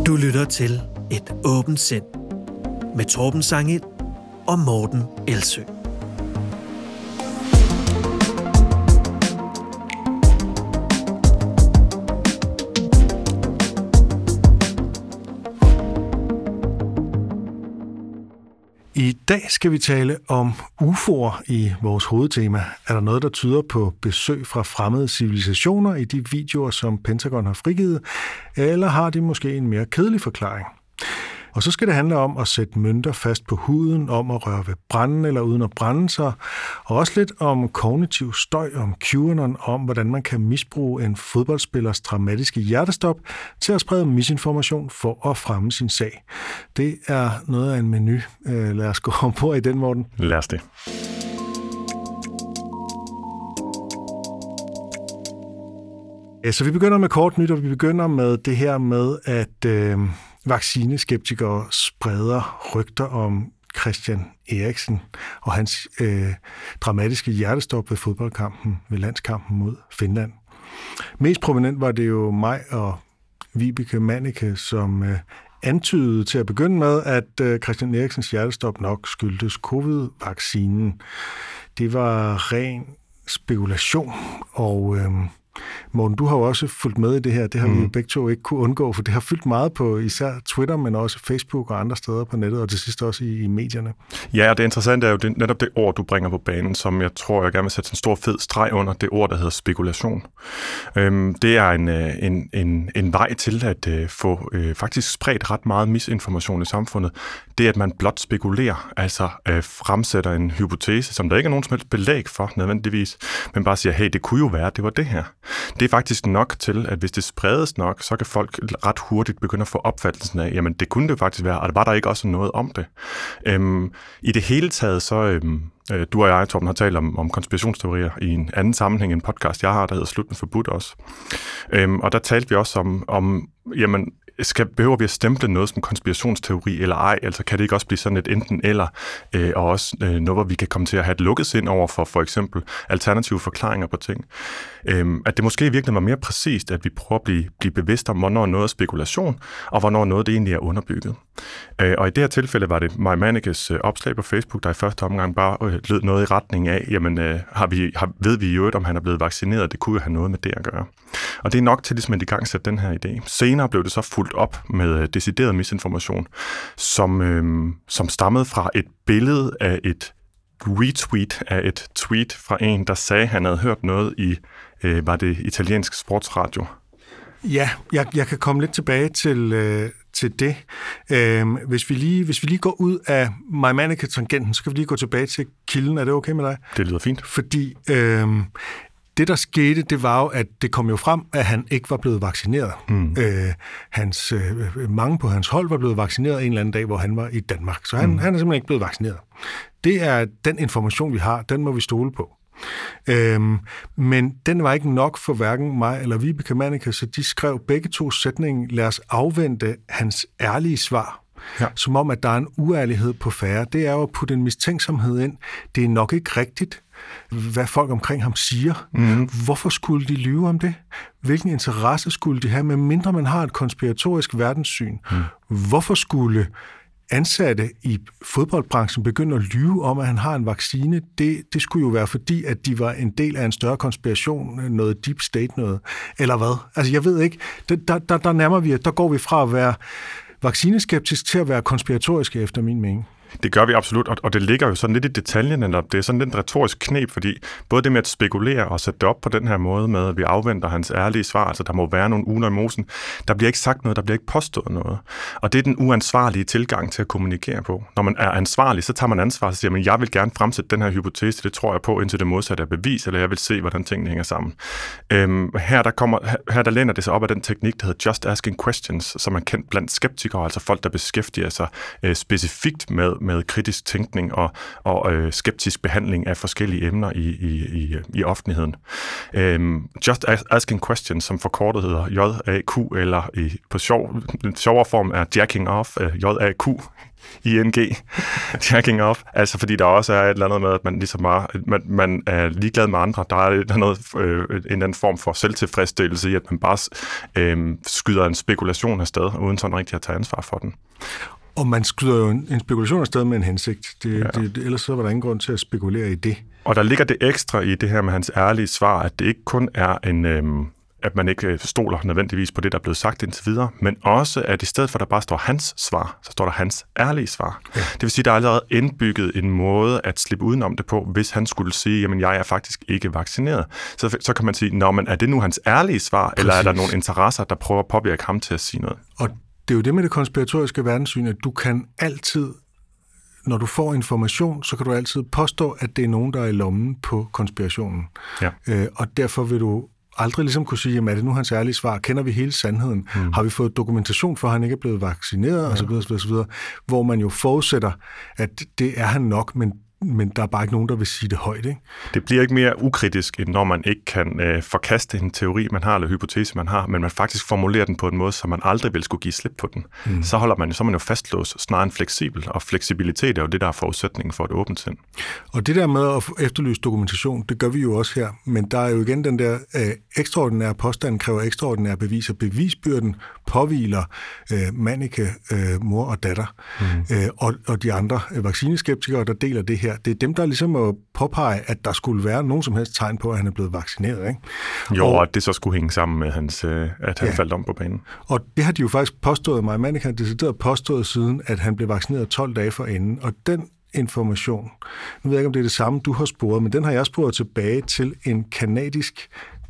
Du lytter til Et åbent sind med Torben Sangel og Morten Elsø. I dag skal vi tale om UFO'er i vores hovedtema. Er der noget, der tyder på besøg fra fremmede civilisationer i de videoer, som Pentagon har frigivet, eller har de måske en mere kedelig forklaring? Og så skal det handle om at sætte mønter fast på huden, om at røre ved branden eller uden at brænde sig, og også lidt om kognitiv støj, om QAnon, om hvordan man kan misbruge en fodboldspillers dramatiske hjertestop til at sprede misinformation for at fremme sin sag. Det er noget af en menu. Lad os gå ombord i den, Morten. Lad os det. Så vi begynder med kort nyt, og vi begynder med det her med, at vaccineskeptikere spreder rygter om Christian Eriksen og hans dramatiske hjertestop ved fodboldkampen, ved landskampen mod Finland. Mest prominent var det jo mig og Vibeke Mannicke, som antydede til at begynde med, at Christian Eriksens hjertestop nok skyldtes covid-vaccinen. Det var ren spekulation, og Morten, du har jo også fulgt med i det her. Det har vi jo begge to ikke kunne undgå, for det har fyldt meget på især Twitter, men også Facebook og andre steder på nettet, og til sidst også i medierne. Ja, og det interessante er jo netop det ord, du bringer på banen, som jeg tror, jeg gerne vil sætte en stor fed streg under, det ord, der hedder spekulation. Det er en vej til at få faktisk spredt ret meget misinformation i samfundet. Det, at man blot spekulerer, altså fremsætter en hypotese, som der ikke er nogen som helst belæg for nødvendigvis, men bare siger, hey, det kunne jo være, det var det her. Det er faktisk nok til, at hvis det spredes nok, så kan folk ret hurtigt begynde at få opfattelsen af, jamen det kunne det faktisk være, og var der ikke også noget om det. I det hele taget, så du og jeg, Torben, har talt om konspirationsteorier i en anden sammenhæng, en podcast, jeg har, der hedder Slut med Forbudt også. Og der talte vi også om jamen, behøver vi at stemple noget som konspirationsteori eller ej? Altså kan det ikke også blive sådan et enten eller, og også noget, hvor vi kan komme til at have et lukket sind over for eksempel alternative forklaringer på ting? At det måske virkelig var mere præcist, at vi prøver at blive bevidst om, hvornår noget er spekulation, og hvornår noget det egentlig er underbygget. Og i det her tilfælde var det Maja Mannickes opslag på Facebook, der i første omgang bare lød noget i retning af, jamen ved vi jo, om han er blevet vaccineret, det kunne jo have noget med det at gøre. Og det er nok til ligesom at igangsætte den her idé. Senere blev det så fulgt op med decideret misinformation, som stammede fra et billede af et retweet af et tweet fra en, der sagde, at han havde hørt noget i, var det italiensk sportsradio? Ja, jeg kan komme lidt tilbage til det. Hvis vi lige går ud af Maja Mannicke-tangenten, så kan vi lige gå tilbage til kilden. Er det okay med dig? Det lyder fint. Fordi det, der skete, det var jo, at det kom jo frem, at han ikke var blevet vaccineret. Mange på hans hold var blevet vaccineret en eller anden dag, hvor han var i Danmark. Så han er simpelthen ikke blevet vaccineret. Det er den information, vi har. Den må vi stole på. Men den var ikke nok for hverken mig eller Vibeke Mannicke, så de skrev begge to sætningen, lad os afvente hans ærlige svar. Ja. Som om, at der er en uærlighed på færre. Det er jo at putte en mistænksomhed ind. Det er nok ikke rigtigt, hvad folk omkring ham siger. Hvorfor skulle de lyve om det? Hvilken interesse skulle de have, medmindre man har et konspiratorisk verdenssyn? Hvorfor skulle ansatte i fodboldbranchen begynde at lyve om, at han har en vaccine? Det skulle jo være fordi, at de var en del af en større konspiration, noget deep state noget, eller hvad? Altså jeg ved ikke, der går vi fra at være vaccineskeptisk til at være konspiratoriske efter min mening. Det gør vi absolut, og det ligger jo sådan lidt i detaljen, eller det er sådan lidt et retorisk kneb, fordi både det med at spekulere og sætte det op på den her måde med, at vi afventer hans ærlige svar, altså der må være nogle uler i mosen, der bliver ikke sagt noget, der bliver ikke påstået noget. Og det er den uansvarlige tilgang til at kommunikere på. Når man er ansvarlig, så tager man ansvar og siger, men jeg vil gerne fremsætte den her hypotese, det tror jeg på, indtil det modsatte er bevis, eller jeg vil se, hvordan tingene hænger sammen. Her der læner det sig op af den teknik, der hedder just asking questions, som er kendt blandt skeptikere, altså folk, der beskæftiger sig specifikt med med kritisk tænkning og skeptisk behandling af forskellige emner i offentligheden. Just Asking Questions, som forkortet hedder JAQ, eller på sjovere form er Jacking Off, JAQ. ING, jacking off, altså fordi der også er et eller andet med, at man ligesom bare, man er ligeglad med andre. Der er noget, en eller anden form for selvtilfredsstillelse i, at man bare skyder en spekulation afsted, uden sådan rigtig at tage ansvar for den. Og man skyder jo en spekulation afsted med en hensigt. Ellers så var der ingen grund til at spekulere i det. Og der ligger det ekstra i det her med hans ærlige svar, at det ikke kun er at man ikke stoler nødvendigvis på det, der er blevet sagt indtil videre, men også, at i stedet for, at der bare står hans svar, så står der hans ærlige svar. Ja. Det vil sige, at der er allerede indbygget en måde at slippe udenom det på, hvis han skulle sige, jamen jeg er faktisk ikke vaccineret. Så kan man sige, nå, men er det nu hans ærlige svar, eller er der nogle interesser, der prøver at påvirke ham til at sige noget? Og det er jo det med det konspiratoriske verdenssyn, at du kan altid, når du får information, så kan du altid påstå, at det er nogen, der er i lommen på konspirationen. Ja. Og derfor vil du aldrig ligesom kunne sige, jamen er det nu hans ærlige svar? Kender vi hele sandheden? Har vi fået dokumentation for, at han ikke er blevet vaccineret? Og så videre, hvor man jo forudsætter, at det er han nok, men der er bare ikke nogen, der vil sige det højt, ikke? Det bliver ikke mere ukritisk, end når man ikke kan forkaste en teori, man har, eller hypotese, man har, men man faktisk formulerer den på en måde, så man aldrig vil skulle give slip på den. Så er man jo fastlåst, snarere end fleksibel, og fleksibilitet er jo det, der er forudsætningen for et åbent sind. Og det der med at efterlyse dokumentation, det gør vi jo også her, men der er jo igen den der ekstraordinære påstand, kræver ekstraordinære beviser. Bevisbyrden påhviler Manniche, mor og datter, og de andre vaccineskeptikere, der deler det her. Det er dem, der ligesom må påpege, at der skulle være nogen som helst tegn på, at han er blevet vaccineret, ikke? Jo, og at det så skulle hænge sammen med at han faldt om på banen. Og det har de jo faktisk påstået mig. Manniche har decideret påstået siden, at han blev vaccineret 12 dage forinden, og den information, nu ved jeg ikke, om det er det samme, du har sporet, men den har jeg sporet tilbage til en kanadisk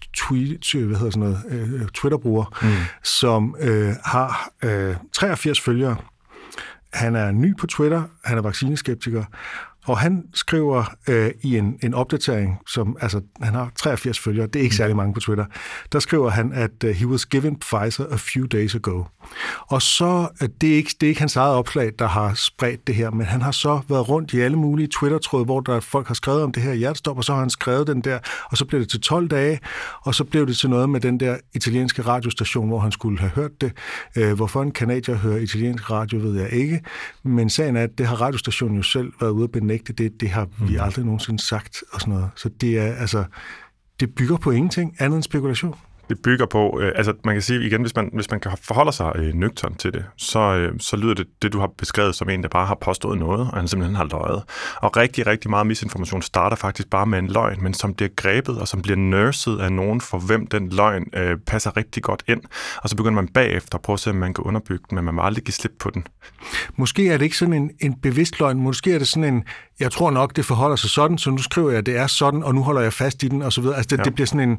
Twitter-bruger, som har 83 følgere. Han er ny på Twitter, han er vaccineskeptiker, og han skriver i en opdatering, som altså han har 83 følgere, det er ikke særlig mange på Twitter, der skriver han, at he was given Pfizer a few days ago. Og så, det er ikke hans eget opslag, der har spredt det her, men han har så været rundt i alle mulige Twitter-tråde, hvor der folk har skrevet om det her hjertestop, og så har han skrevet den der, og så blev det til 12 dage, og så blev det til noget med den der italienske radiostation, hvor han skulle have hørt det. Hvorfor en canadier hører italiensk radio, ved jeg ikke, men sagen er, at det har radiostationen jo selv været ude at benægte. Det har vi aldrig nogensinde sagt og sådan noget. Så det er altså, det bygger på ingenting andet end spekulation. Det bygger på, altså man kan sige igen, hvis man kan forholde sig nøgtern til det, så lyder det, du har beskrevet som en, der bare har påstået noget, og han simpelthen har løjet. Og rigtig, rigtig meget misinformation starter faktisk bare med en løgn, men som bliver grebet, og som bliver nurset af nogen, for hvem den løgn passer rigtig godt ind. Og så begynder man bagefter at prøve at se, om man kan underbygge den, men man må aldrig give slip på den. Måske er det ikke sådan en bevidst løgn, måske er det sådan en, jeg tror nok, det forholder sig sådan, så nu skriver jeg, at det er sådan, og nu holder jeg fast i den, og så videre. Altså det bliver sådan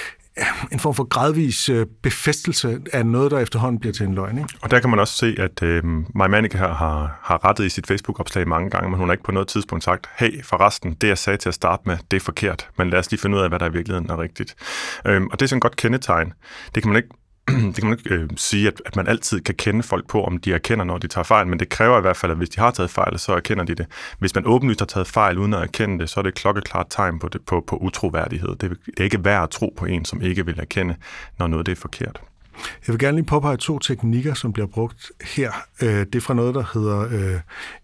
en form for gradvis befæstelse af noget, der efterhånden bliver til en løgn, ikke? Og der kan man også se, at Manniche her har rettet i sit Facebook-opslag mange gange, men hun har ikke på noget tidspunkt sagt, hey, forresten, det jeg sagde til at starte med, det er forkert, men lad os lige finde ud af, hvad der i virkeligheden er rigtigt. Og det er sådan et godt kendetegn. Det kan man ikke sige, at man altid kan kende folk på, om de erkender, når de tager fejl, men det kræver i hvert fald, at hvis de har taget fejl, så erkender de det. Hvis man åbenlyst har taget fejl uden at erkende det, så er det et klokkeklart tegn på utroværdighed. Det er ikke værd at tro på en, som ikke vil erkende, når noget det er forkert. Jeg vil gerne lige påpege 2 teknikker, som bliver brugt her. Det er fra noget, der hedder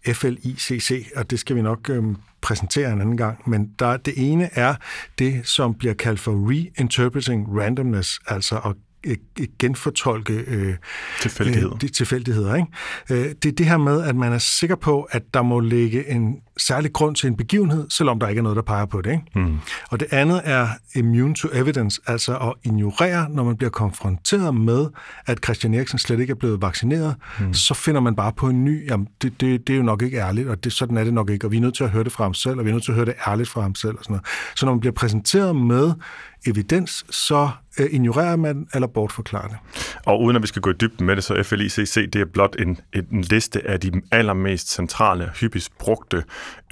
FLICC, og det skal vi nok præsentere en anden gang. Men det ene er det, som bliver kaldt for reinterpreting randomness, altså at genfortolke tilfældigheder. Ikke? Det er det her med, at man er sikker på, at der må ligge en særlig grund til en begivenhed, selvom der ikke er noget, der peger på det. Ikke? Og det andet er immune to evidence, altså at ignorere, når man bliver konfronteret med, at Christian Eriksen slet ikke er blevet vaccineret, så finder man bare på en ny, jamen det er jo nok ikke ærligt, og sådan er det nok ikke, og vi er nødt til at høre det fra ham selv, og vi er nødt til at høre det ærligt fra ham selv. Og sådan noget. Så når man bliver præsenteret med evidens, så ignorerer man eller bortforklarer det. Og uden at vi skal gå i dybden med det, så FLICC, det er blot en liste af de allermest centrale, hyppigst brugte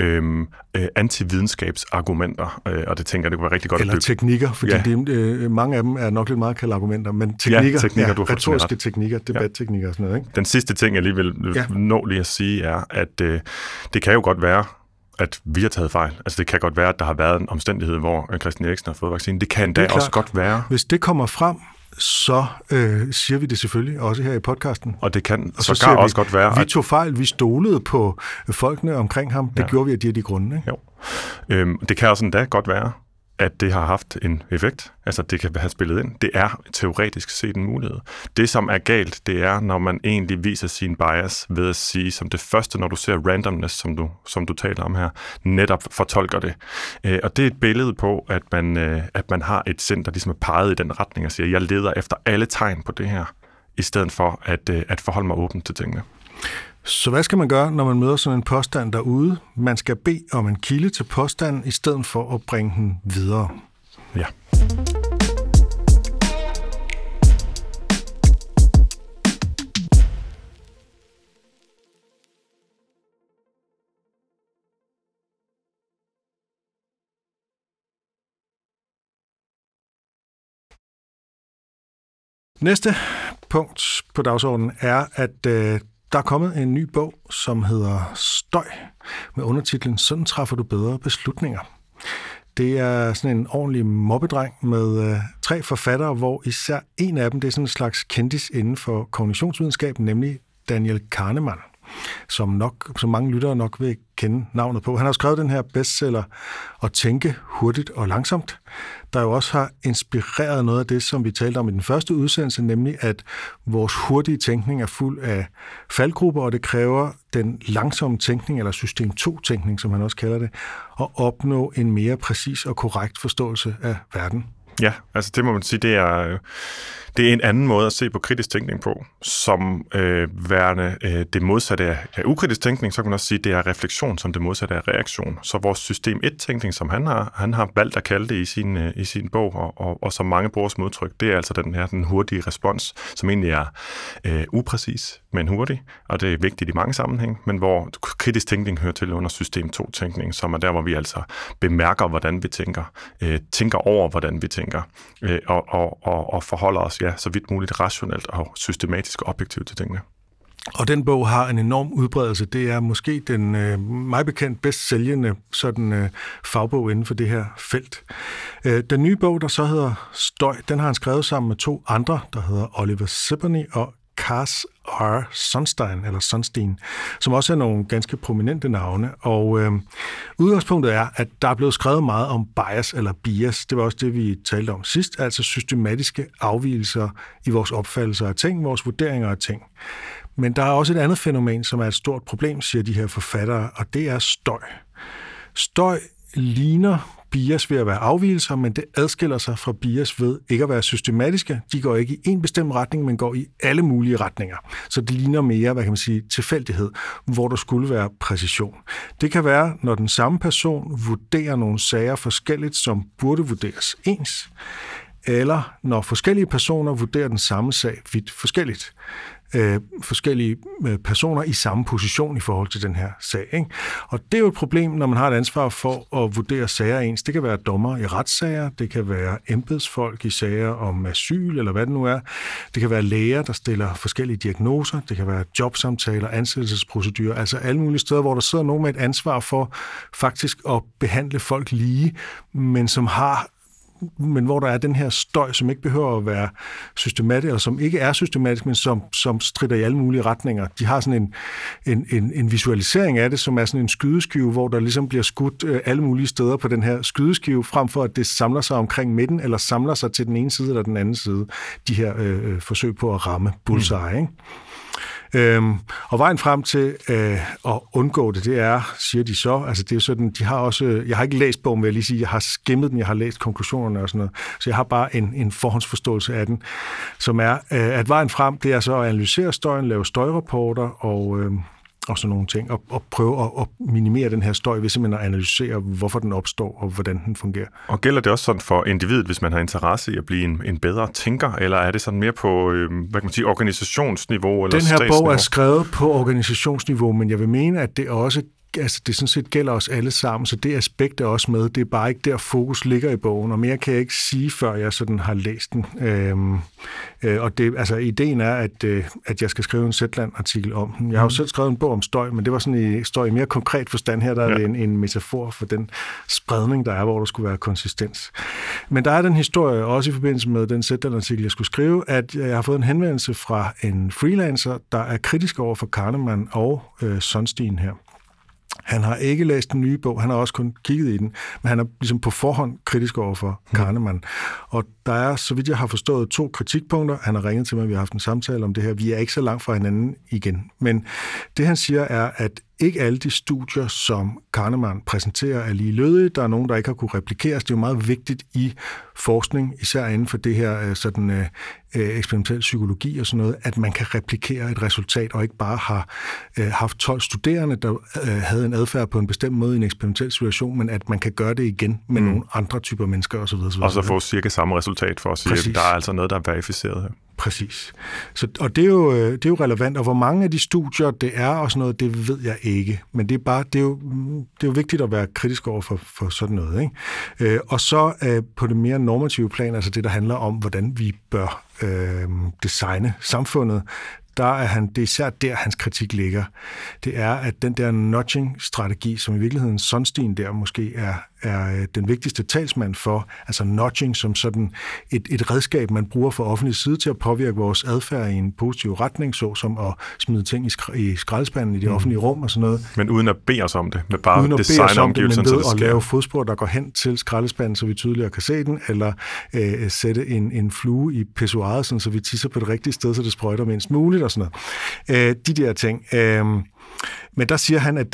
antividenskabsargumenter, og det tænker jeg, det kunne være rigtig godt eller teknikker, fordi mange af dem er nok lidt meget kaldt argumenter, men teknikker, retoriske teknikker, debatteknikker og sådan noget. Ikke? Den sidste ting, jeg lige vil nå lige at sige, er, at det kan jo godt være, at vi har taget fejl. Altså det kan godt være, at der har været en omstændighed, hvor Christian Eriksen har fået vaccinen. Det kan endda også godt være. Hvis det kommer frem, så siger vi det selvfølgelig også her i podcasten. Og det kan så også godt være. Vi tog fejl, vi stolede på folkene omkring ham. Det gjorde vi af de grunde. Ikke? Jo. Det kan også endda godt være, at det har haft en effekt. Altså, det kan have spillet ind. Det er teoretisk set en mulighed. Det, som er galt, det er, når man egentlig viser sin bias ved at sige, som det første, når du ser randomness, som du taler om her, netop fortolker det. Og det er et billede på, at man har et sind, der ligesom er peget i den retning og siger, jeg leder efter alle tegn på det her, i stedet for at forholde mig åbent til tingene. Så hvad skal man gøre, når man møder sådan en påstand derude? Man skal bede om en kilde til påstanden, i stedet for at bringe den videre. Ja. Næste punkt på dagsordenen er, at der er kommet en ny bog, som hedder Støj, med undertitlen Sådan træffer du bedre beslutninger. Det er sådan en ordentlig mobbedreng med 3 forfattere, hvor især en af dem, det er sådan en slags kendis inden for kognitionsvidenskab, nemlig Daniel Kahneman, som mange lyttere nok vil kende navnet på. Han har skrevet den her bestseller At tænke hurtigt og langsomt, der jo også har inspireret noget af det, som vi talte om i den første udsendelse, nemlig at vores hurtige tænkning er fuld af faldgrupper, og det kræver den langsomme tænkning, eller system 2-tænkning, som han også kalder det, at opnå en mere præcis og korrekt forståelse af verden. Ja, altså det må man sige, det er en anden måde at se på kritisk tænkning på, som værende det modsatte af ukritisk tænkning, så kan man også sige, det er refleksion som det modsatte af reaktion. Så vores system 1-tænkning, som han har valgt at kalde det i sin bog, og som mange bruger som udtryk, det er altså den hurtige respons, som egentlig er upræcis, men hurtig, og det er vigtigt i mange sammenhæng, men hvor kritisk tænkning hører til under system 2-tænkning, som er der, hvor vi altså bemærker, hvordan vi tænker over, hvordan vi tænker, og forholder os så vidt muligt rationelt og systematisk og objektivt til tingene. Og den bog har en enorm udbredelse. Det er måske den mig bekendt bedst sælgende sådan fagbog inden for det her felt. Den nye bog, der så hedder Støj, den har han skrevet sammen med 2 andre, der hedder Oliver Sibony og Kars R. Sunstein, som også er nogle ganske prominente navne. Og udgangspunktet er, at der er blevet skrevet meget om bias eller bias. Det var også det, vi talte om sidst, altså systematiske afvigelser i vores opfattelser af ting, vores vurderinger af ting. Men der er også et andet fænomen, som er et stort problem, siger de her forfattere, og det er støj. Støj ligner bias ved at være afvigelser, men det adskiller sig fra bias ved ikke at være systematiske. De går ikke i en bestemt retning, men går i alle mulige retninger. Så det ligner mere, tilfældighed, hvor der skulle være præcision. Det kan være, når den samme person vurderer nogle sager forskelligt, som burde vurderes ens, eller når forskellige personer vurderer den samme sag vidt forskelligt. Forskellige personer i samme position i forhold til den her sag. Ikke? Og det er jo et problem, når man har et ansvar for at vurdere sager ens. Det kan være dommer i retssager, det kan være embedsfolk i sager om asyl, eller hvad det nu er. Det kan være læger, der stiller forskellige diagnoser. Det kan være jobsamtaler, ansættelsesprocedurer, altså alle mulige steder, hvor der sidder nogen med et ansvar for faktisk at behandle folk lige, men hvor der er den her støj, som ikke behøver at være systematisk, eller som ikke er systematisk, men som stritter i alle mulige retninger. De har sådan en visualisering af det, som er sådan en skydeskive, hvor der ligesom bliver skudt alle mulige steder på den her skydeskive, frem for at det samler sig omkring midten, eller samler sig til den ene side eller den anden side. De her forsøg på at ramme bullseye, ikke? Og vejen frem til at undgå det er, siger de så, altså det er sådan, de har også, jeg har ikke læst bogen, vil jeg lige sige, jeg har skimmet den, jeg har læst konklusionerne og sådan noget, så jeg har bare en forhåndsforståelse af den, som er, at vejen frem, det er så at analysere støjen, lave støjrapporter og sådan nogle ting, og prøve at minimere den her støj ved simpelthen at analysere, hvorfor den opstår, og hvordan den fungerer. Og gælder det også sådan for individet, hvis man har interesse i at blive en bedre tænker, eller er det sådan mere på, hvad kan man sige, organisationsniveau eller statsniveau? Den her bog er statsniveau? skrevet på organisationsniveau, men jeg vil mene, at det også det sådan set gælder os alle sammen, så det aspekt er også med. Det er bare ikke der, fokus ligger i bogen, og mere kan jeg ikke sige, før jeg sådan har læst den. Og det, altså, ideen er, at jeg skal skrive en Zetland-artikel om den. Jeg har jo selv skrevet en bog om støj, men det var sådan i støj i mere konkret forstand. Her der er det en metafor for den spredning, der er, hvor der skulle være konsistens. Men der er den historie, også i forbindelse med den Zetland-artikel, jeg skulle skrive, at jeg har fået en henvendelse fra en freelancer, der er kritisk over for Kahneman og Sunstein her. Han har ikke læst den nye bog, han har også kun kigget i den, men han er ligesom på forhånd kritisk over for Kahneman. Og der er, så vidt jeg har forstået, 2 kritikpunkter. Han har ringet til mig, vi har haft en samtale om det her. Vi er ikke så langt fra hinanden igen. Men det, han siger, er, at ikke alle de studier, som Kahneman præsenterer, er lige lødige. Der er nogen, der ikke har kunne replikeres. Det er jo meget vigtigt i forskning, især inden for det her sådan eksperimentel psykologi og sådan noget, at man kan replikere et resultat, og ikke bare har haft 12 studerende, der havde en adfærd på en bestemt måde i en eksperimentel situation, men at man kan gøre det igen med nogle andre typer mennesker osv. Og så få cirka samme resultat for at sige, at der er altså noget, der er verificeret her. Præcis. Og det er jo relevant, og hvor mange af de studier det er og sådan noget, det ved jeg ikke. Men det er jo vigtigt at være kritisk over for sådan noget, ikke? Og så på det mere normative plan, altså det, der handler om, hvordan vi bør designe samfundet, det er især der, hans kritik ligger. Det er, at den der nudging-strategi, som i virkeligheden Sunstein der måske er den vigtigste talsmand for, altså nudging som sådan et redskab, man bruger fra offentlig side til at påvirke vores adfærd i en positiv retning, såsom at smide ting i skraldespanden i det offentlige rum og sådan noget. Men uden at bede os om det, med bare designe omgivelserne, men ved at lave fodspor, der går hen til skraldespanden, så vi tydeligere kan se den, eller sætte en flue i pissoiret, sådan, så vi tisser på det rigtige sted, så det sprøjter mindst muligt og sådan noget. De der ting. Men der siger han, at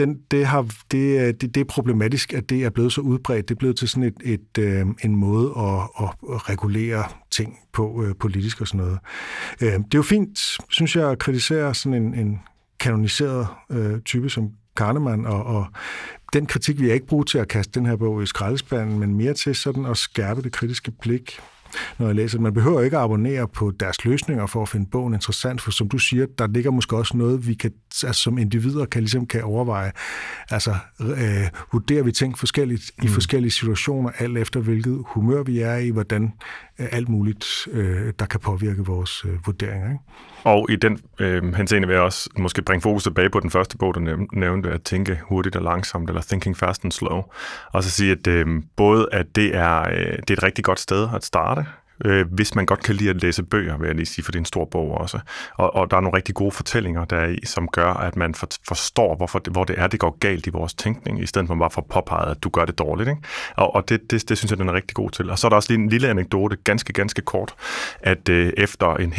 det er problematisk, at det er blevet så udbredt. Det er blevet til sådan en måde at regulere ting på politisk og sådan noget. Det er jo fint, synes jeg, at kritisere sådan en kanoniseret type som Kahneman, og den kritik vil jeg ikke bruge til at kaste den her bog i skraldespanden, men mere til sådan at skærpe det kritiske blik, når jeg læser. Man behøver ikke at abonnere på deres løsninger for at finde bogen interessant, for som du siger, der ligger måske også noget, vi kan, altså som individer kan overveje. Altså, vurderer vi ting forskelligt i forskellige situationer, alt efter hvilket humør vi er i, hvordan alt muligt, der kan påvirke vores vurderinger, ikke? Og i den henseende vil jeg også måske bringe fokus tilbage på den første bog, du nævnte, at tænke hurtigt og langsomt, eller Thinking Fast and Slow. Og så sige, at både at det er et rigtig godt sted at starte, hvis man godt kan lide at læse bøger, vil jeg lige sige, for det er en stor bog også. Og der er nogle rigtig gode fortællinger deri, som gør, at man forstår, hvor det er, det går galt i vores tænkning, i stedet for bare for påpeget, at du gør det dårligt, ikke? Og det synes jeg, den er rigtig god til. Og så er der også lige en lille anekdote, ganske kort, at efter en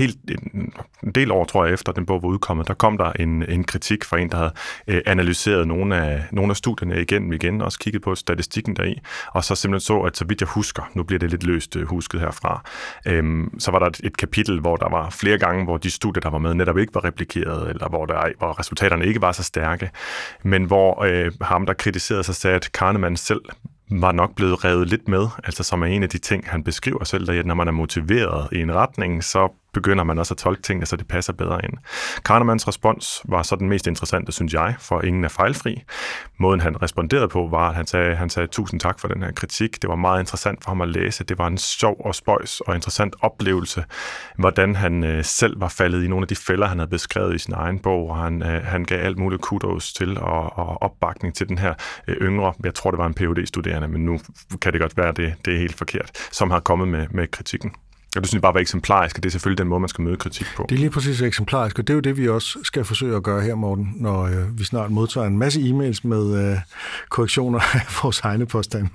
del år, tror jeg, efter den bog var udkommet, der kom der en kritik fra en, der havde analyseret nogle af studierne igen, også kigget på statistikken deri, og så simpelthen så, at så vidt jeg husker, nu bliver det lidt løst husket herfra, så var der et kapitel, hvor der var flere gange, hvor de studier, der var med, netop ikke var replikeret, eller hvor resultaterne ikke var så stærke, men hvor ham, der kritiserede sig, sagde, at Kahneman selv var nok blevet revet lidt med, altså som er en af de ting, han beskriver selv, at når man er motiveret i en retning, så begynder man også at tolke tingene, så det passer bedre ind. Kahnemans respons var så den mest interessante, synes jeg, for ingen er fejlfri. Måden, han responderede på, var, at han sagde 1000 tak for den her kritik. Det var meget interessant for ham at læse. Det var en sjov og spøjs og interessant oplevelse, hvordan han selv var faldet i nogle af de fælder, han havde beskrevet i sin egen bog, og han gav alt muligt kudos til og opbakning til den her yngre, jeg tror, det var en PhD-studerende, men nu kan det godt være, det er helt forkert, som har kommet med kritikken. Og du synes bare var eksemplarisk, og det er selvfølgelig den måde, man skal møde kritik på. Det er lige præcis eksemplarisk, og det er jo det, vi også skal forsøge at gøre her, Morten, når vi snart modtager en masse e-mails med korrektioner af vores egne påstande.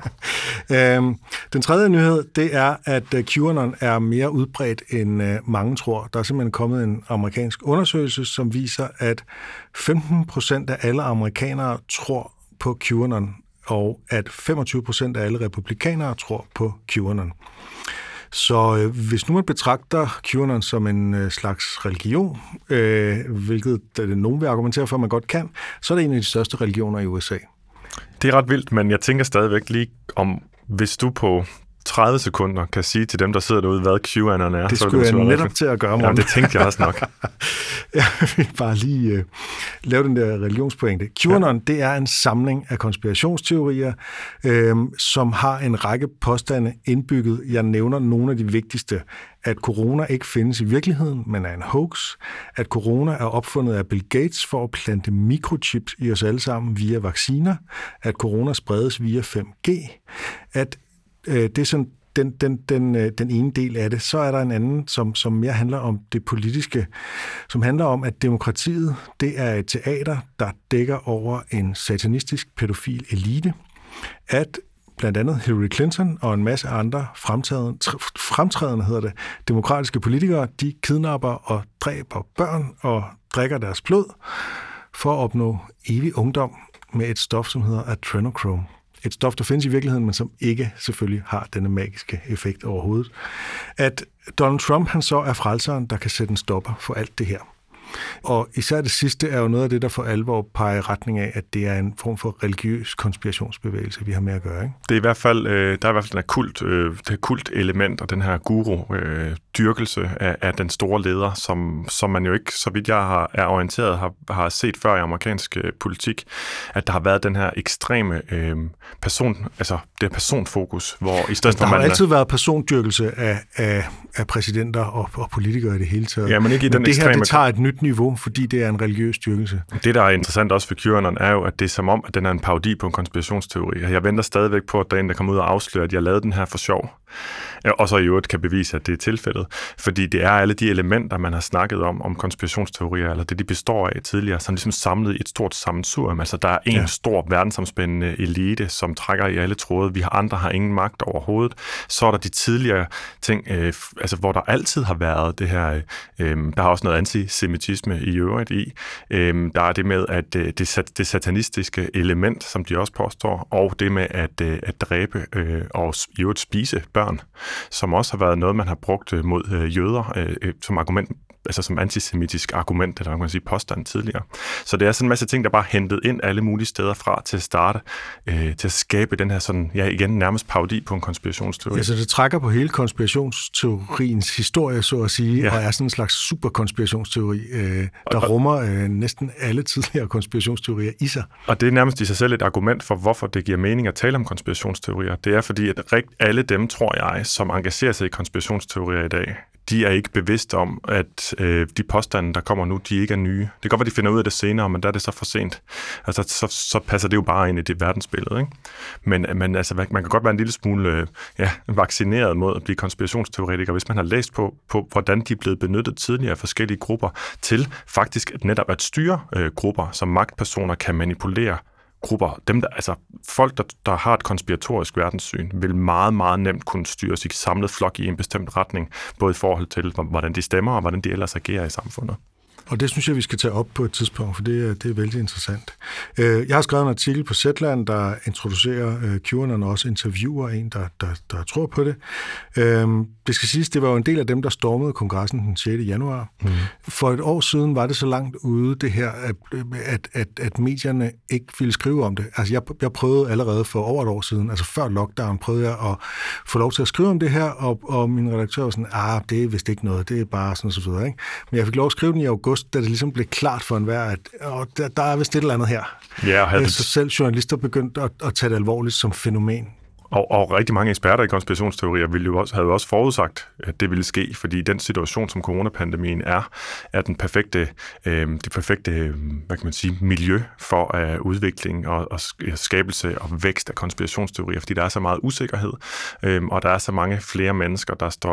Ja. Den tredje nyhed, det er, at QAnon er mere udbredt, end mange tror. Der er simpelthen kommet en amerikansk undersøgelse, som viser, at 15% af alle amerikanere tror på QAnon, og at 25% af alle republikanere tror på QAnon. Så hvis nu man betragter QAnon som en slags religion, hvilket nogen vil argumentere for, at man godt kan, så er det en af de største religioner i USA. Det er ret vildt, men jeg tænker stadigvæk lige om, hvis du på 30 sekunder kan sige til dem, der sidder derude, hvad QAnon er. Det skulle jeg netop til at gøre, Morten. Ja, det tænkte jeg også nok. Jeg vil bare lige lave den der religionspointe. QAnon, det er en samling af konspirationsteorier, som har en række påstande indbygget. Jeg nævner nogle af de vigtigste. At corona ikke findes i virkeligheden, men er en hoax. At corona er opfundet af Bill Gates for at plante mikrochips i os alle sammen via vacciner. At corona spredes via 5G. At det er sådan den ene del af det. Så er der en anden, som mere handler om det politiske, som handler om, at demokratiet, det er et teater, der dækker over en satanistisk pædofil elite. At blandt andet Hillary Clinton og en masse andre fremtrædende demokratiske politikere, de kidnapper og dræber børn og drikker deres blod for at opnå evig ungdom med et stof, som hedder adrenochrome. Et stof, der findes i virkeligheden, men som ikke selvfølgelig har denne magiske effekt overhovedet. At Donald Trump, han så er frelseren, der kan sætte en stopper for alt det her. Og især det sidste er jo noget af det, der for alvor peger i retning af, at det er en form for religiøs konspirationsbevægelse, vi har med at gøre. Ikke? Det er i hvert fald, der er i hvert fald det her kult-element og den her guru-dyrkelse af den store leder, som man jo ikke, så vidt jeg er orienteret, har set før i amerikansk politik, at der har været den her ekstreme personfokus, hvor i stedet for der har altid været persondyrkelse af præsidenter og politikere i det hele taget. Ja, men ikke i den det her, det tager et nyt niveau, fordi det er en religiøs dyrkelse. Det, der er interessant også for QAnon, er jo, at det er som om, at den er en parodi på en konspirationsteori. Jeg venter stadigvæk på, at der er en, der kommer ud og afslører, at jeg lavede den her for sjov. Og så i øvrigt kan bevise, at det er tilfældet. Fordi det er alle de elementer, man har snakket om konspirationsteorier, eller det, de består af tidligere, som ligesom samlet i et stort sammensurium. Altså, der er en stor verdensomspændende elite, som trækker i alle tråde. Vi andre har ingen magt overhovedet. Så er der de tidligere ting, hvor der altid har været det her, der har også noget antisemitisme i øvrigt i. Der er det med, at det satanistiske element, som de også påstår, og det med at dræbe og i øvrigt spise børn, som også har været noget, man har brugt mod jøder som argument, altså som antisemitisk argument, eller man kan sige påstand tidligere. Så det er sådan en masse ting, der bare er hentet ind alle mulige steder fra til at starte, til at skabe den her sådan, igen nærmest parodi på en konspirationsteori. Ja, så det trækker på hele konspirationsteoriens historie, så at sige, og er sådan en slags superkonspirationsteori, der rummer næsten alle tidligere konspirationsteorier i sig. Og det er nærmest i sig selv et argument for, hvorfor det giver mening at tale om konspirationsteorier. Det er fordi, at alle dem, tror jeg, som engagerer sig i konspirationsteorier i dag, de er ikke bevidste om, at de påstande, der kommer nu, de ikke er nye. Det kan godt være, de finder ud af det senere, men der er det så for sent. Altså, så passer det jo bare ind i det verdensbillede, ikke? Men altså, man kan godt være en lille smule vaccineret mod at blive konspirationsteoretiker, hvis man har læst på, hvordan de er blevet benyttet tidligere af forskellige grupper til faktisk netop at styre grupper, som magtpersoner kan manipulere grupper. Folk, der har et konspiratorisk verdenssyn, vil meget, meget nemt kunne styre sig samlet flok i en bestemt retning, både i forhold til, hvordan de stemmer, og hvordan de ellers agerer i samfundet. Og det synes jeg, vi skal tage op på et tidspunkt, for det er vældig interessant. Jeg har skrevet en artikel på Zetland, der introducerer QAnon og også interviewer en, der tror på det. Det skal siges, det var jo en del af dem, der stormede kongressen den 6. januar. Mm. For et år siden var det så langt ude, det her, at medierne ikke ville skrive om det. Altså, jeg prøvede allerede for over et år siden, altså før lockdown, prøvede jeg at få lov til at skrive om det her, og min redaktør var sådan, det er vist ikke noget, det er bare sådan og så videre, ikke? Men jeg fik lov at skrive den i august, da det ligesom blev klart for enhver, at der er vist et eller andet her. Ja, så selv journalister begyndte at tage det alvorligt som fænomen. Og rigtig mange eksperter i konspirationsteorier havde jo også forudsagt, at det ville ske, fordi den situation, som coronapandemien er det perfekte hvad kan man sige, miljø for udvikling og skabelse og vækst af konspirationsteorier, fordi der er så meget usikkerhed, og der er så mange flere mennesker,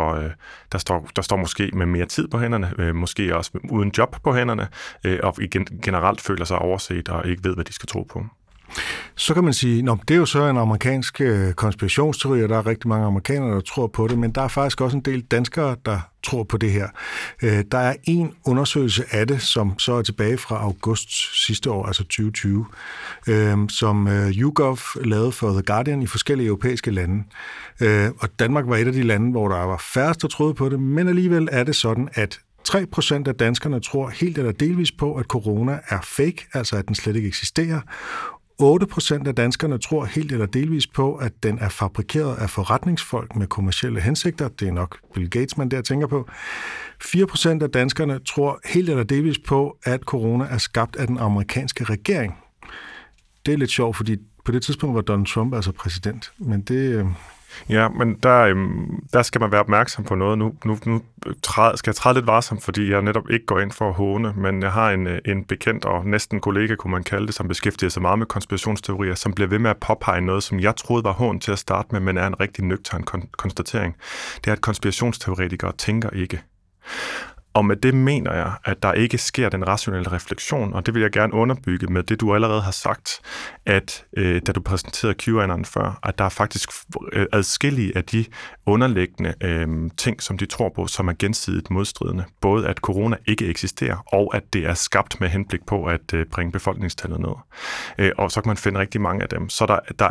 der står måske med mere tid på hænderne, måske også uden job på hænderne, og generelt føler sig overset og ikke ved, hvad de skal tro på. Så kan man sige, det er jo så en amerikansk konspirationsteori, og der er rigtig mange amerikanere, der tror på det, men der er faktisk også en del danskere, der tror på det her. Der er en undersøgelse af det, som så er tilbage fra august sidste år, altså 2020, som YouGov lavede for The Guardian i forskellige europæiske lande. Og Danmark var et af de lande, hvor der var færrest, der troede på det, men alligevel er det sådan, at 3% af danskerne tror helt eller delvis på, at corona er fake, altså at den slet ikke eksisterer. 8% af danskerne tror helt eller delvis på, at den er fabrikeret af forretningsfolk med kommercielle hensigter. Det er nok Bill Gates, man der tænker på. 4% af danskerne tror helt eller delvis på, at corona er skabt af den amerikanske regering. Det er lidt sjovt, fordi på det tidspunkt var Donald Trump altså præsident, men det... Ja, men der skal man være opmærksom på noget. Nu skal jeg træde lidt varsom, fordi jeg netop ikke går ind for at håne, men jeg har en bekendt og næsten kollega, kunne man kalde det, som beskæftiger sig meget med konspirationsteorier, som bliver ved med at påpege noget, som jeg troede var hån til at starte med, men er en rigtig nøgtern konstatering. Det er, at konspirationsteoretikere tænker ikke. Og med det mener jeg, at der ikke sker den rationelle refleksion, og det vil jeg gerne underbygge med det, du allerede har sagt, at da du præsenterede QAnon før, at der er faktisk adskillige af de underliggende ting, som de tror på, som er gensidigt modstridende. Både at corona ikke eksisterer, og at det er skabt med henblik på at bringe befolkningstallet ned. Og så kan man finde rigtig mange af dem. Så der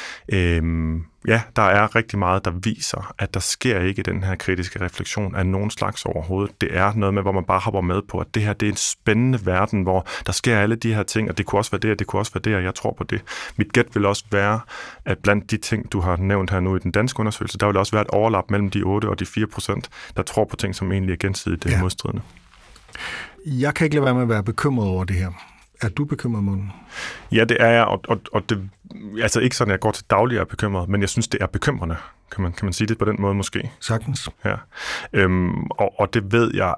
er rigtig meget, der viser, at der sker ikke den her kritiske refleksion af nogen slags overhovedet. Det er noget med, hvor man bare hopper med på, at det her det er en spændende verden, hvor der sker alle de her ting, og det kunne også være det, og det kunne også være det, og jeg tror på det. Mit gæt vil også være, at blandt de ting, du har nævnt her nu i den danske undersøgelse, der vil også være et overlap mellem de 8 og de 4%, der tror på ting, som egentlig er gensidigt modstridende. Jeg kan ikke lade være med at være bekymret over det her. Er du bekymret, Morten? Ja, det er jeg, og det altså ikke sådan, at jeg går til daglig og er bekymret, men jeg synes, det er bekymrende. Kan man sige det på den måde måske? Sagtens. Ja. Og det ved jeg,